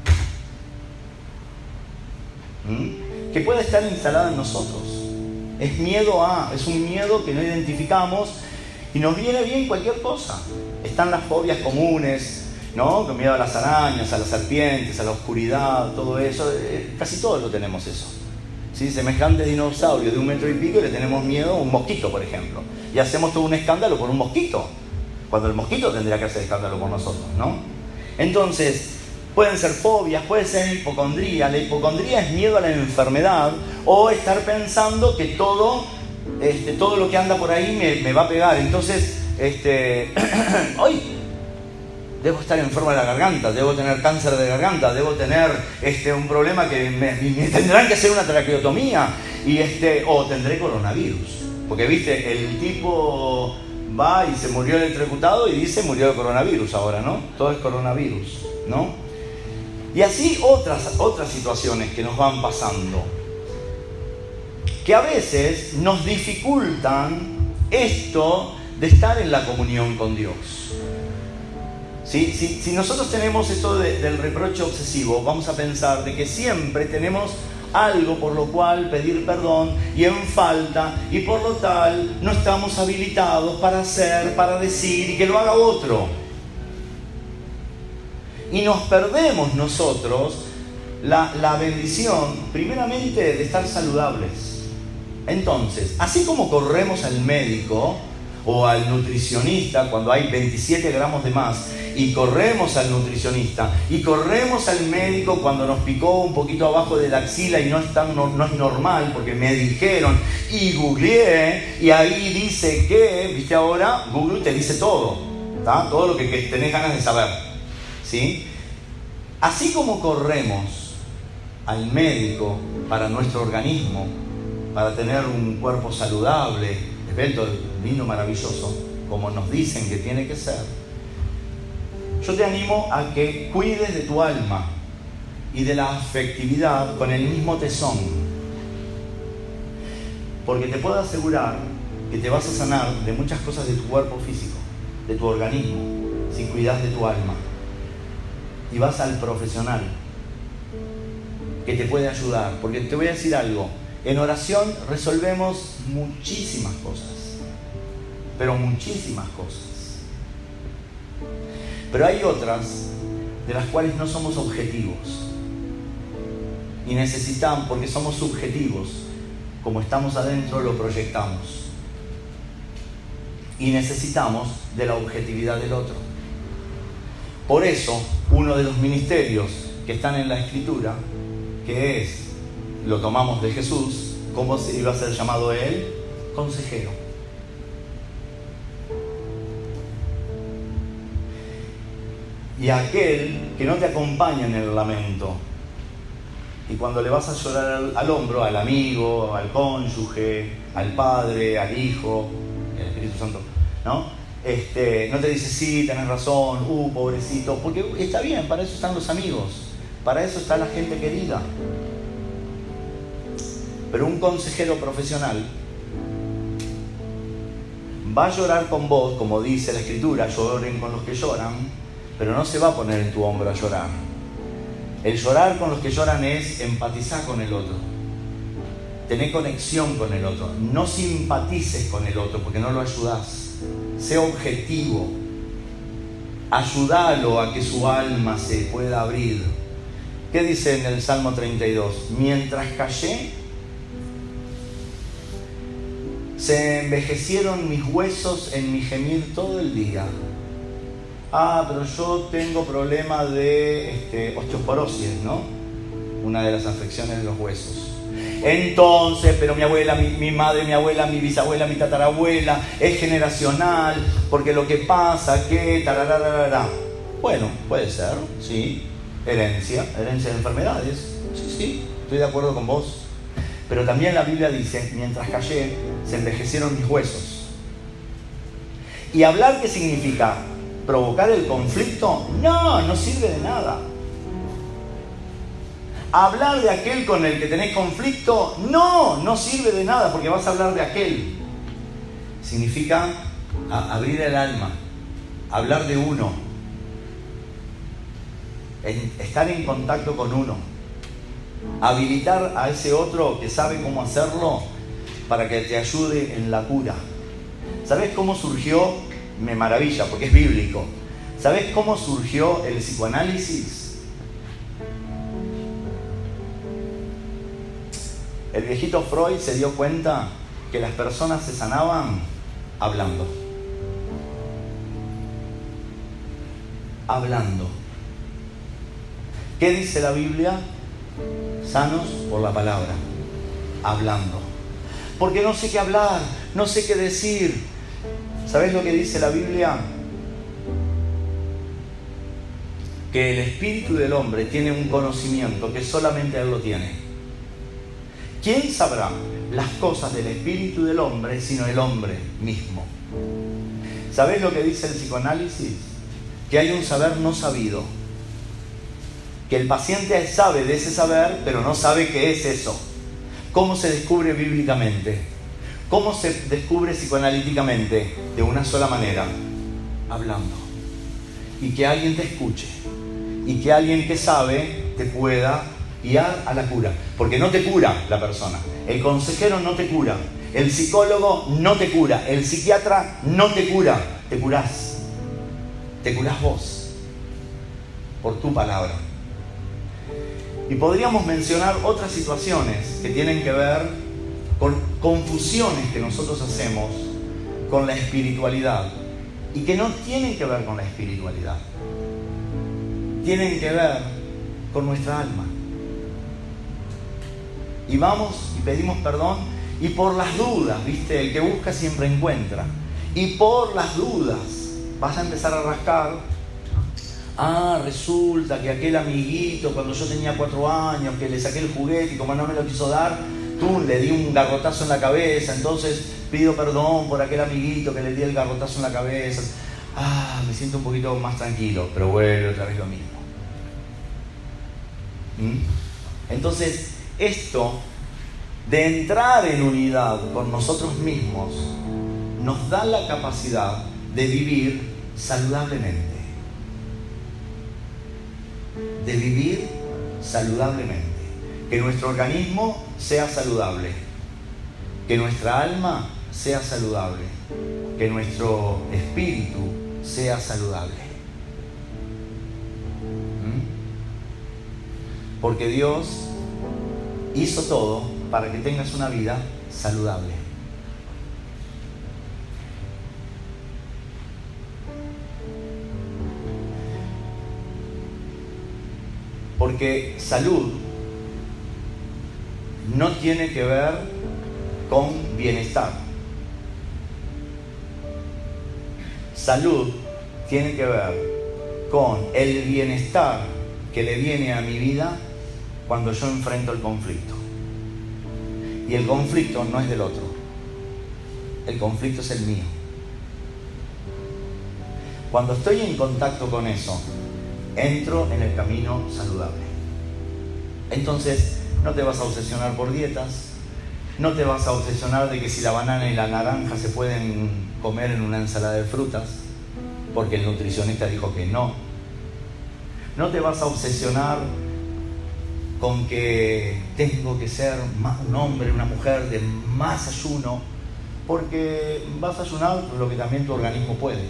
que puede estar instalada en nosotros. Es un miedo que no identificamos y nos viene bien cualquier cosa. Están las fobias comunes, ¿no? Con miedo a las arañas, a las serpientes, a la oscuridad, todo eso. Casi todos lo tenemos eso. ¿Sí? Semejantes dinosaurios de 1 metro y pico y le tenemos miedo a un mosquito, por ejemplo. Y hacemos todo un escándalo por un mosquito, cuando el mosquito tendría que hacer escándalo por nosotros, ¿no? Entonces, pueden ser fobias, puede ser hipocondría. La hipocondría es miedo a la enfermedad o estar pensando que todo lo que anda por ahí me va a pegar. Entonces, hoy debo estar enfermo de la garganta, debo tener cáncer de garganta, debo tener un problema que me tendrán que hacer una traqueotomía o tendré coronavirus. Porque, viste, el tipo va y se murió electrocutado y dice murió de coronavirus ahora, ¿no? Todo es coronavirus, ¿no? Y así otras situaciones que nos van pasando, que a veces nos dificultan esto de estar en la comunión con Dios. ¿Sí? Si nosotros tenemos esto del reproche obsesivo, vamos a pensar de que siempre tenemos algo por lo cual pedir perdón y en falta, y por lo tal no estamos habilitados para hacer, para decir y que lo haga otro. Y nos perdemos nosotros la bendición, primeramente, de estar saludables. Entonces, así como corremos al médico o al nutricionista cuando hay 27 gramos de más, y corremos al nutricionista, y corremos al médico cuando nos picó un poquito abajo de la axila y no es normal porque me dijeron, y googleé, y ahí dice que, viste, ahora Google te dice todo, ¿tá? Todo lo que tenés ganas de saber, ¿sí? Así como corremos al médico para nuestro organismo, para tener un cuerpo saludable, esbelto, lindo, maravilloso, como nos dicen que tiene que ser, yo te animo a que cuides de tu alma y de la afectividad con el mismo tesón. Porque te puedo asegurar que te vas a sanar de muchas cosas de tu cuerpo físico, de tu organismo, si cuidas de tu alma. Y vas al profesional que te puede ayudar. Porque te voy a decir algo, en oración resolvemos muchísimas cosas, pero muchísimas cosas. Pero hay otras de las cuales no somos objetivos y necesitamos, porque somos subjetivos, como estamos adentro lo proyectamos y necesitamos de la objetividad del otro. Por eso, uno de los ministerios que están en la Escritura, que es, lo tomamos de Jesús, ¿cómo se iba a ser llamado él? Consejero. Y aquel que no te acompaña en el lamento. Y cuando le vas a llorar al hombro, al amigo, al cónyuge, al padre, al hijo, el Espíritu Santo, ¿no? No te dice, sí, tenés razón, pobrecito, porque está bien, para eso están los amigos, para eso está la gente querida. Pero un consejero profesional va a llorar con vos, como dice la Escritura, lloren con los que lloran, pero no se va a poner en tu hombro a llorar. El llorar con los que lloran es empatizar con el otro, tener conexión con el otro, no simpatices con el otro porque no lo ayudás, sé objetivo, ayúdalo a que su alma se pueda abrir. ¿Qué dice en el Salmo 32? Mientras callé, se envejecieron mis huesos en mi gemir todo el día. Pero yo tengo problema de osteoporosis, ¿no? Una de las afecciones de los huesos. Entonces, pero mi abuela, mi madre, mi abuela, mi bisabuela, mi tatarabuela, es generacional, porque lo que pasa que... tarararara. Bueno, puede ser, sí. Herencia de enfermedades. Sí, estoy de acuerdo con vos. Pero también la Biblia dice, mientras callé, se envejecieron mis huesos. ¿Y hablar qué significa? ¿Provocar el conflicto? No, no sirve de nada. ¿Hablar de aquel con el que tenés conflicto? No, no sirve de nada porque vas a hablar de aquel. Significa abrir el alma, hablar de uno, estar en contacto con uno, habilitar a ese otro que sabe cómo hacerlo para que te ayude en la cura. ¿Sabés cómo surgió? Me maravilla porque es bíblico. ¿Sabés cómo surgió el psicoanálisis? El viejito Freud se dio cuenta que las personas se sanaban hablando. Hablando. ¿Qué dice la Biblia? Sanos por la palabra. Hablando. Porque no sé qué hablar, no sé qué decir. ¿Sabés lo que dice la Biblia? Que el espíritu del hombre tiene un conocimiento que solamente él lo tiene. ¿Quién sabrá las cosas del espíritu del hombre sino el hombre mismo? ¿Sabés lo que dice el psicoanálisis? Que hay un saber no sabido. Que el paciente sabe de ese saber, pero no sabe qué es eso. ¿Cómo se descubre bíblicamente? ¿Cómo se descubre psicoanalíticamente? De una sola manera, hablando. Y que alguien te escuche. Y que alguien que sabe te pueda guiar a la cura. Porque no te cura la persona. El consejero no te cura. El psicólogo no te cura. El psiquiatra no te cura. Te curás. Te curás vos. Por tu palabra. Y podríamos mencionar otras situaciones que tienen que ver con confusiones que nosotros hacemos con la espiritualidad. Y que no tienen que ver con la espiritualidad. Tienen que ver con nuestra alma. Y vamos y pedimos perdón, y por las dudas, ¿viste? El que busca siempre encuentra. Y por las dudas vas a empezar a rascar. Resulta que aquel amiguito, cuando yo tenía 4 años, que le saqué el juguete y como no me lo quiso dar, le di un garrotazo en la cabeza, entonces pido perdón por aquel amiguito que le di el garrotazo en la cabeza. Me siento un poquito más tranquilo, pero vuelve otra vez lo mismo. Entonces, esto de entrar en unidad con nosotros mismos nos da la capacidad de vivir saludablemente. De vivir saludablemente. Que nuestro organismo sea saludable. Que nuestra alma sea saludable. Que nuestro espíritu sea saludable. Porque Dios hizo todo para que tengas una vida saludable. Porque salud no tiene que ver con bienestar. Salud tiene que ver con el bienestar que le viene a mi vida cuando yo enfrento el conflicto. Y el conflicto no es del otro. El conflicto es el mío. Cuando estoy en contacto con eso, entro en el camino saludable. Entonces, no te vas a obsesionar por dietas, no te vas a obsesionar de que si la banana y la naranja se pueden comer en una ensalada de frutas, porque el nutricionista dijo que no. No te vas a obsesionar con que tengo que ser un hombre, una mujer de más ayuno, porque vas a ayunar lo que también tu organismo puede.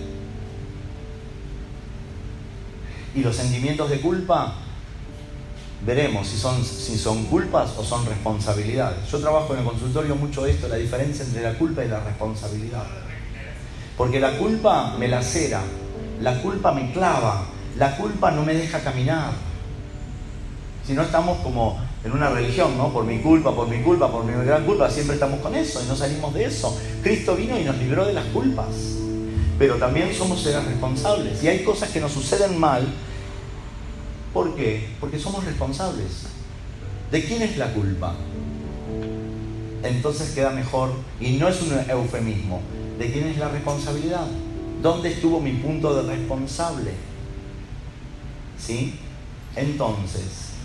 Y los sentimientos de culpa, veremos si son culpas o son responsabilidades. Yo trabajo en el consultorio mucho esto, la diferencia entre la culpa y la responsabilidad. Porque la culpa me lacera, la culpa me clava, la culpa no me deja caminar. Si no estamos como en una religión, ¿no? Por mi culpa, por mi culpa, por mi gran culpa, siempre estamos con eso y no salimos de eso. Cristo vino y nos libró de las culpas. Pero también somos seres responsables. Y hay cosas que nos suceden mal. ¿Por qué? Porque somos responsables. ¿De quién es la culpa? entonces queda mejor, y no es un eufemismo. ¿De quién es la responsabilidad? ¿Dónde estuvo mi punto de responsable? ¿Sí? Entonces,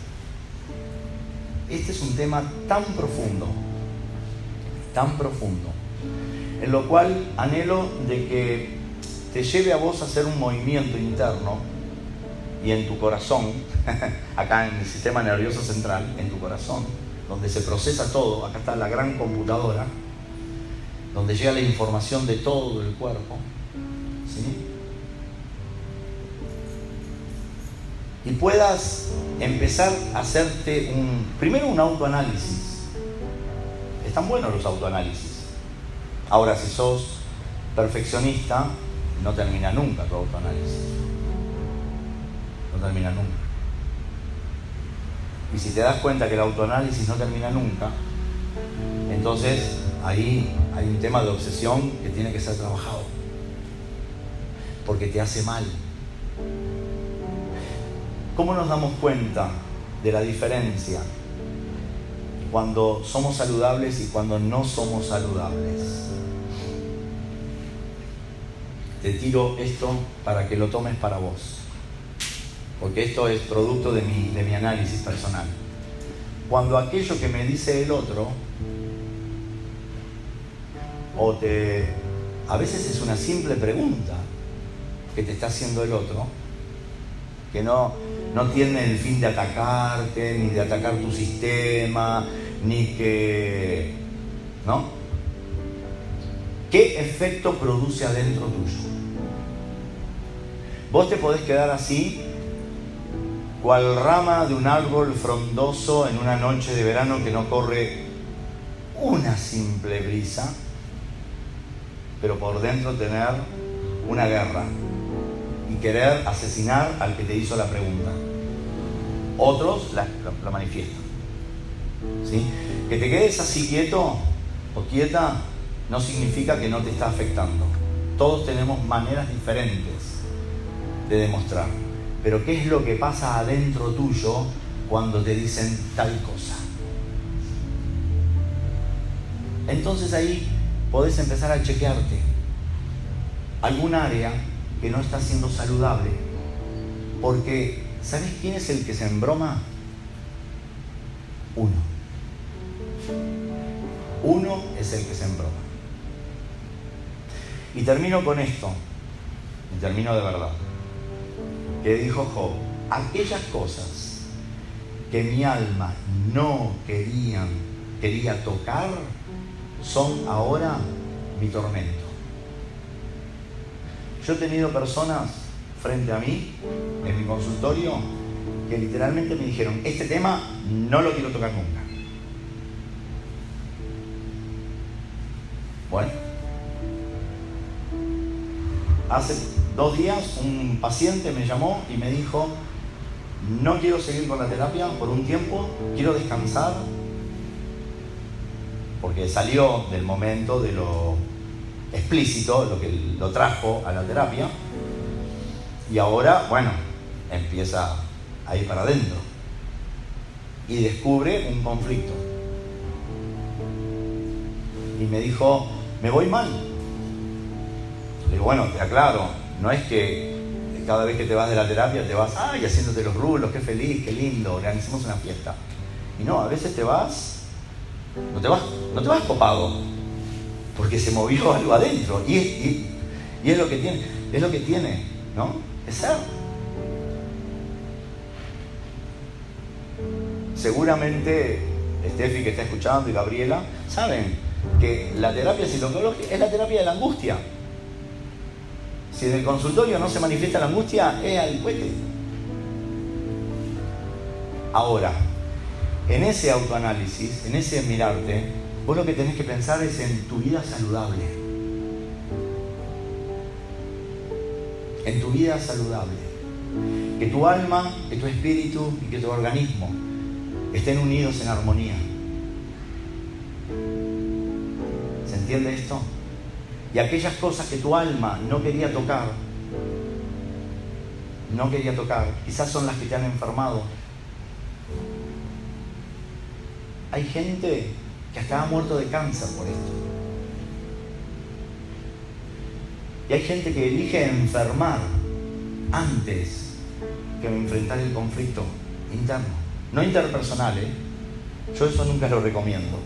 este es un tema tan profundo, en lo cual anhelo de que te lleve a vos a hacer un movimiento interno y en tu corazón, acá en el sistema nervioso central, en tu corazón, donde se procesa todo, acá está la gran computadora, donde llega la información de todo el cuerpo, ¿sí? Y puedas empezar a hacerte primero un autoanálisis. Están buenos los autoanálisis. Ahora, si sos perfeccionista, no termina nunca tu autoanálisis. No termina nunca. Y si te das cuenta que el autoanálisis no termina nunca, entonces ahí hay un tema de obsesión que tiene que ser trabajado. Porque te hace mal. ¿Cómo nos damos cuenta de la diferencia cuando somos saludables y cuando no somos saludables? Te tiro esto para que lo tomes para vos, porque esto es producto de mi análisis personal. Cuando aquello que me dice el otro, a veces es una simple pregunta que te está haciendo el otro, que no tiene el fin de atacarte, ni de atacar tu sistema, ni que... ¿no? ¿Qué efecto produce adentro tuyo? Vos te podés quedar así, cual rama de un árbol frondoso en una noche de verano que no corre una simple brisa, pero por dentro tener una guerra y querer asesinar al que te hizo la pregunta. Otros la manifiestan, ¿sí? Que te quedes así quieto o quieta no significa que no te está afectando. Todos tenemos maneras diferentes de demostrar. Pero ¿qué es lo que pasa adentro tuyo cuando te dicen tal cosa? Entonces ahí podés empezar a chequearte algún área que no está siendo saludable. Porque, ¿sabes quién es el que se embroma? Uno es el que se embroma. Y termino con esto, y termino de verdad. Que dijo Job: aquellas cosas que mi alma no quería tocar, son ahora mi tormento. Yo he tenido personas frente a mí, en mi consultorio, que literalmente me dijeron: este tema no lo quiero tocar nunca. Bueno, hace 2 días un paciente me llamó y me dijo: no quiero seguir con la terapia por un tiempo, quiero descansar, porque salió del momento de lo explícito, lo que lo trajo a la terapia, y ahora, bueno, empieza a ir para adentro y descubre un conflicto. Y me dijo: me voy mal. Le digo: bueno, te aclaro, no es que cada vez que te vas de la terapia te vas, ay, haciéndote los rulos, qué feliz, qué lindo, organicemos una fiesta. Y no, a veces te vas, no te vas copado, porque se movió algo adentro, y es lo que tiene, ¿no? Es ser. Seguramente Steffi, que está escuchando, y Gabriela, saben que la terapia psicológica es la terapia de la angustia. Si en el consultorio no se manifiesta la angustia, es al cohete. Ahora, en ese autoanálisis, en ese mirarte, vos lo que tenés que pensar es en tu vida saludable. En tu vida saludable. Que tu alma, que tu espíritu y que tu organismo estén unidos en armonía. ¿Se entiende esto? Y aquellas cosas que tu alma no quería tocar, quizás son las que te han enfermado. Hay gente que estaba muerto de cáncer por esto. Y hay gente que elige enfermar antes que enfrentar el conflicto interno, no interpersonal, Yo eso nunca lo recomiendo.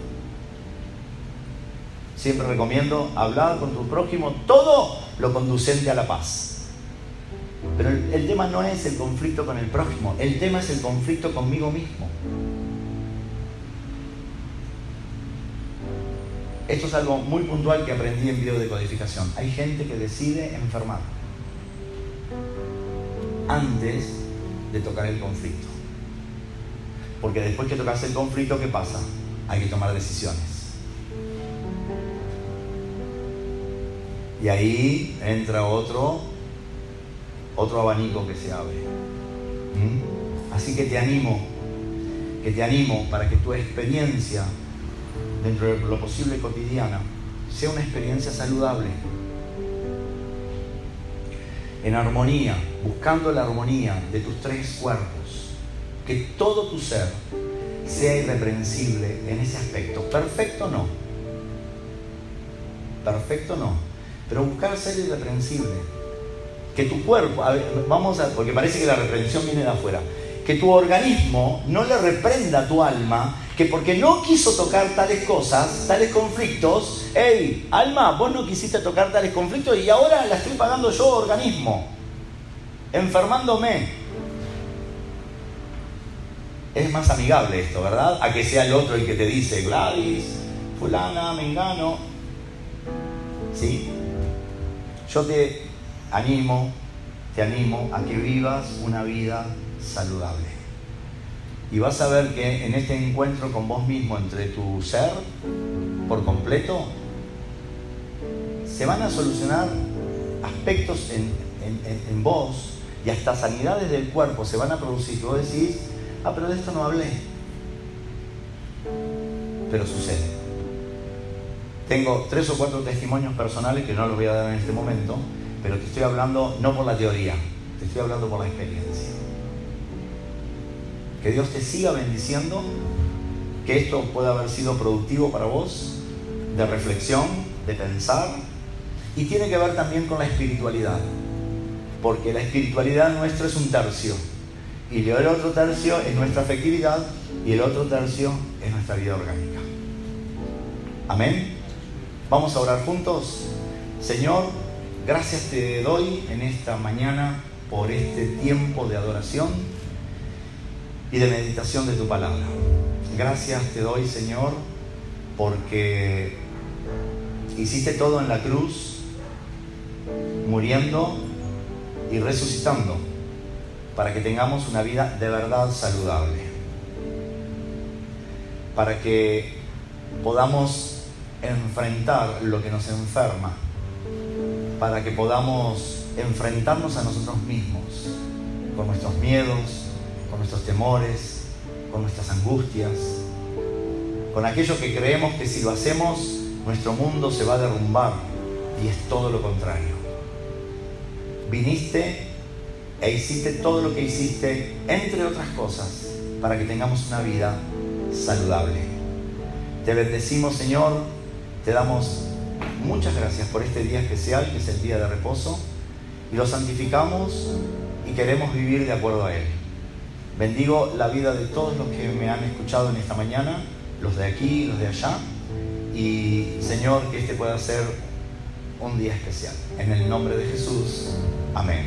Siempre recomiendo hablar con tu prójimo todo lo conducente a la paz. Pero el tema no es el conflicto con el prójimo, el tema es el conflicto conmigo mismo. Esto es algo muy puntual que aprendí en biodecodificación. Hay gente que decide enfermar antes de tocar el conflicto. Porque después que tocas el conflicto, ¿qué pasa? Hay que tomar decisiones. Y ahí entra otro abanico que se abre. Así que te animo para que tu experiencia, dentro de lo posible cotidiana, sea una experiencia saludable, en armonía, buscando la armonía de tus tres cuerpos, que todo tu ser sea irreprensible en ese aspecto. Perfecto no, pero buscar ser irreprensible, que tu cuerpo, porque parece que la reprensión viene de afuera, que tu organismo no le reprenda a tu alma, que porque no quiso tocar tales cosas, tales conflictos, hey, alma, vos no quisiste tocar tales conflictos y ahora la estoy pagando yo, organismo, enfermándome. Es más amigable esto, ¿verdad? A que sea el otro el que te dice, Gladys, fulana, mengano. ¿Sí? Yo te animo a que vivas una vida saludable. Y vas a ver que en este encuentro con vos mismo, entre tu ser por completo, se van a solucionar aspectos en vos, y hasta sanidades del cuerpo se van a producir. Y vos decís, pero de esto no hablé. Pero sucede. Tengo 3 o 4 testimonios personales que no los voy a dar en este momento, pero te estoy hablando no por la teoría, te estoy hablando por la experiencia. Que Dios te siga bendiciendo, que esto pueda haber sido productivo para vos, de reflexión, de pensar, y tiene que ver también con la espiritualidad, porque la espiritualidad nuestra es un tercio, y el otro tercio es nuestra afectividad, y el otro tercio es nuestra vida orgánica. Amén. Vamos a orar juntos. Señor, gracias te doy en esta mañana por este tiempo de adoración y de meditación de tu palabra. Gracias te doy, Señor, porque hiciste todo en la cruz, muriendo y resucitando, para que tengamos una vida de verdad saludable, para que podamos enfrentar lo que nos enferma, para que podamos enfrentarnos a nosotros mismos, con nuestros miedos, con nuestros temores, con nuestras angustias, con aquello que creemos que si lo hacemos, nuestro mundo se va a derrumbar, y es todo lo contrario. Viniste e hiciste todo lo que hiciste, entre otras cosas, para que tengamos una vida saludable. Te bendecimos, Señor. Te damos muchas gracias por este día especial, que es el día de reposo, y lo santificamos y queremos vivir de acuerdo a él. Bendigo la vida de todos los que me han escuchado en esta mañana, los de aquí, los de allá, y Señor, que este pueda ser un día especial. En el nombre de Jesús, amén.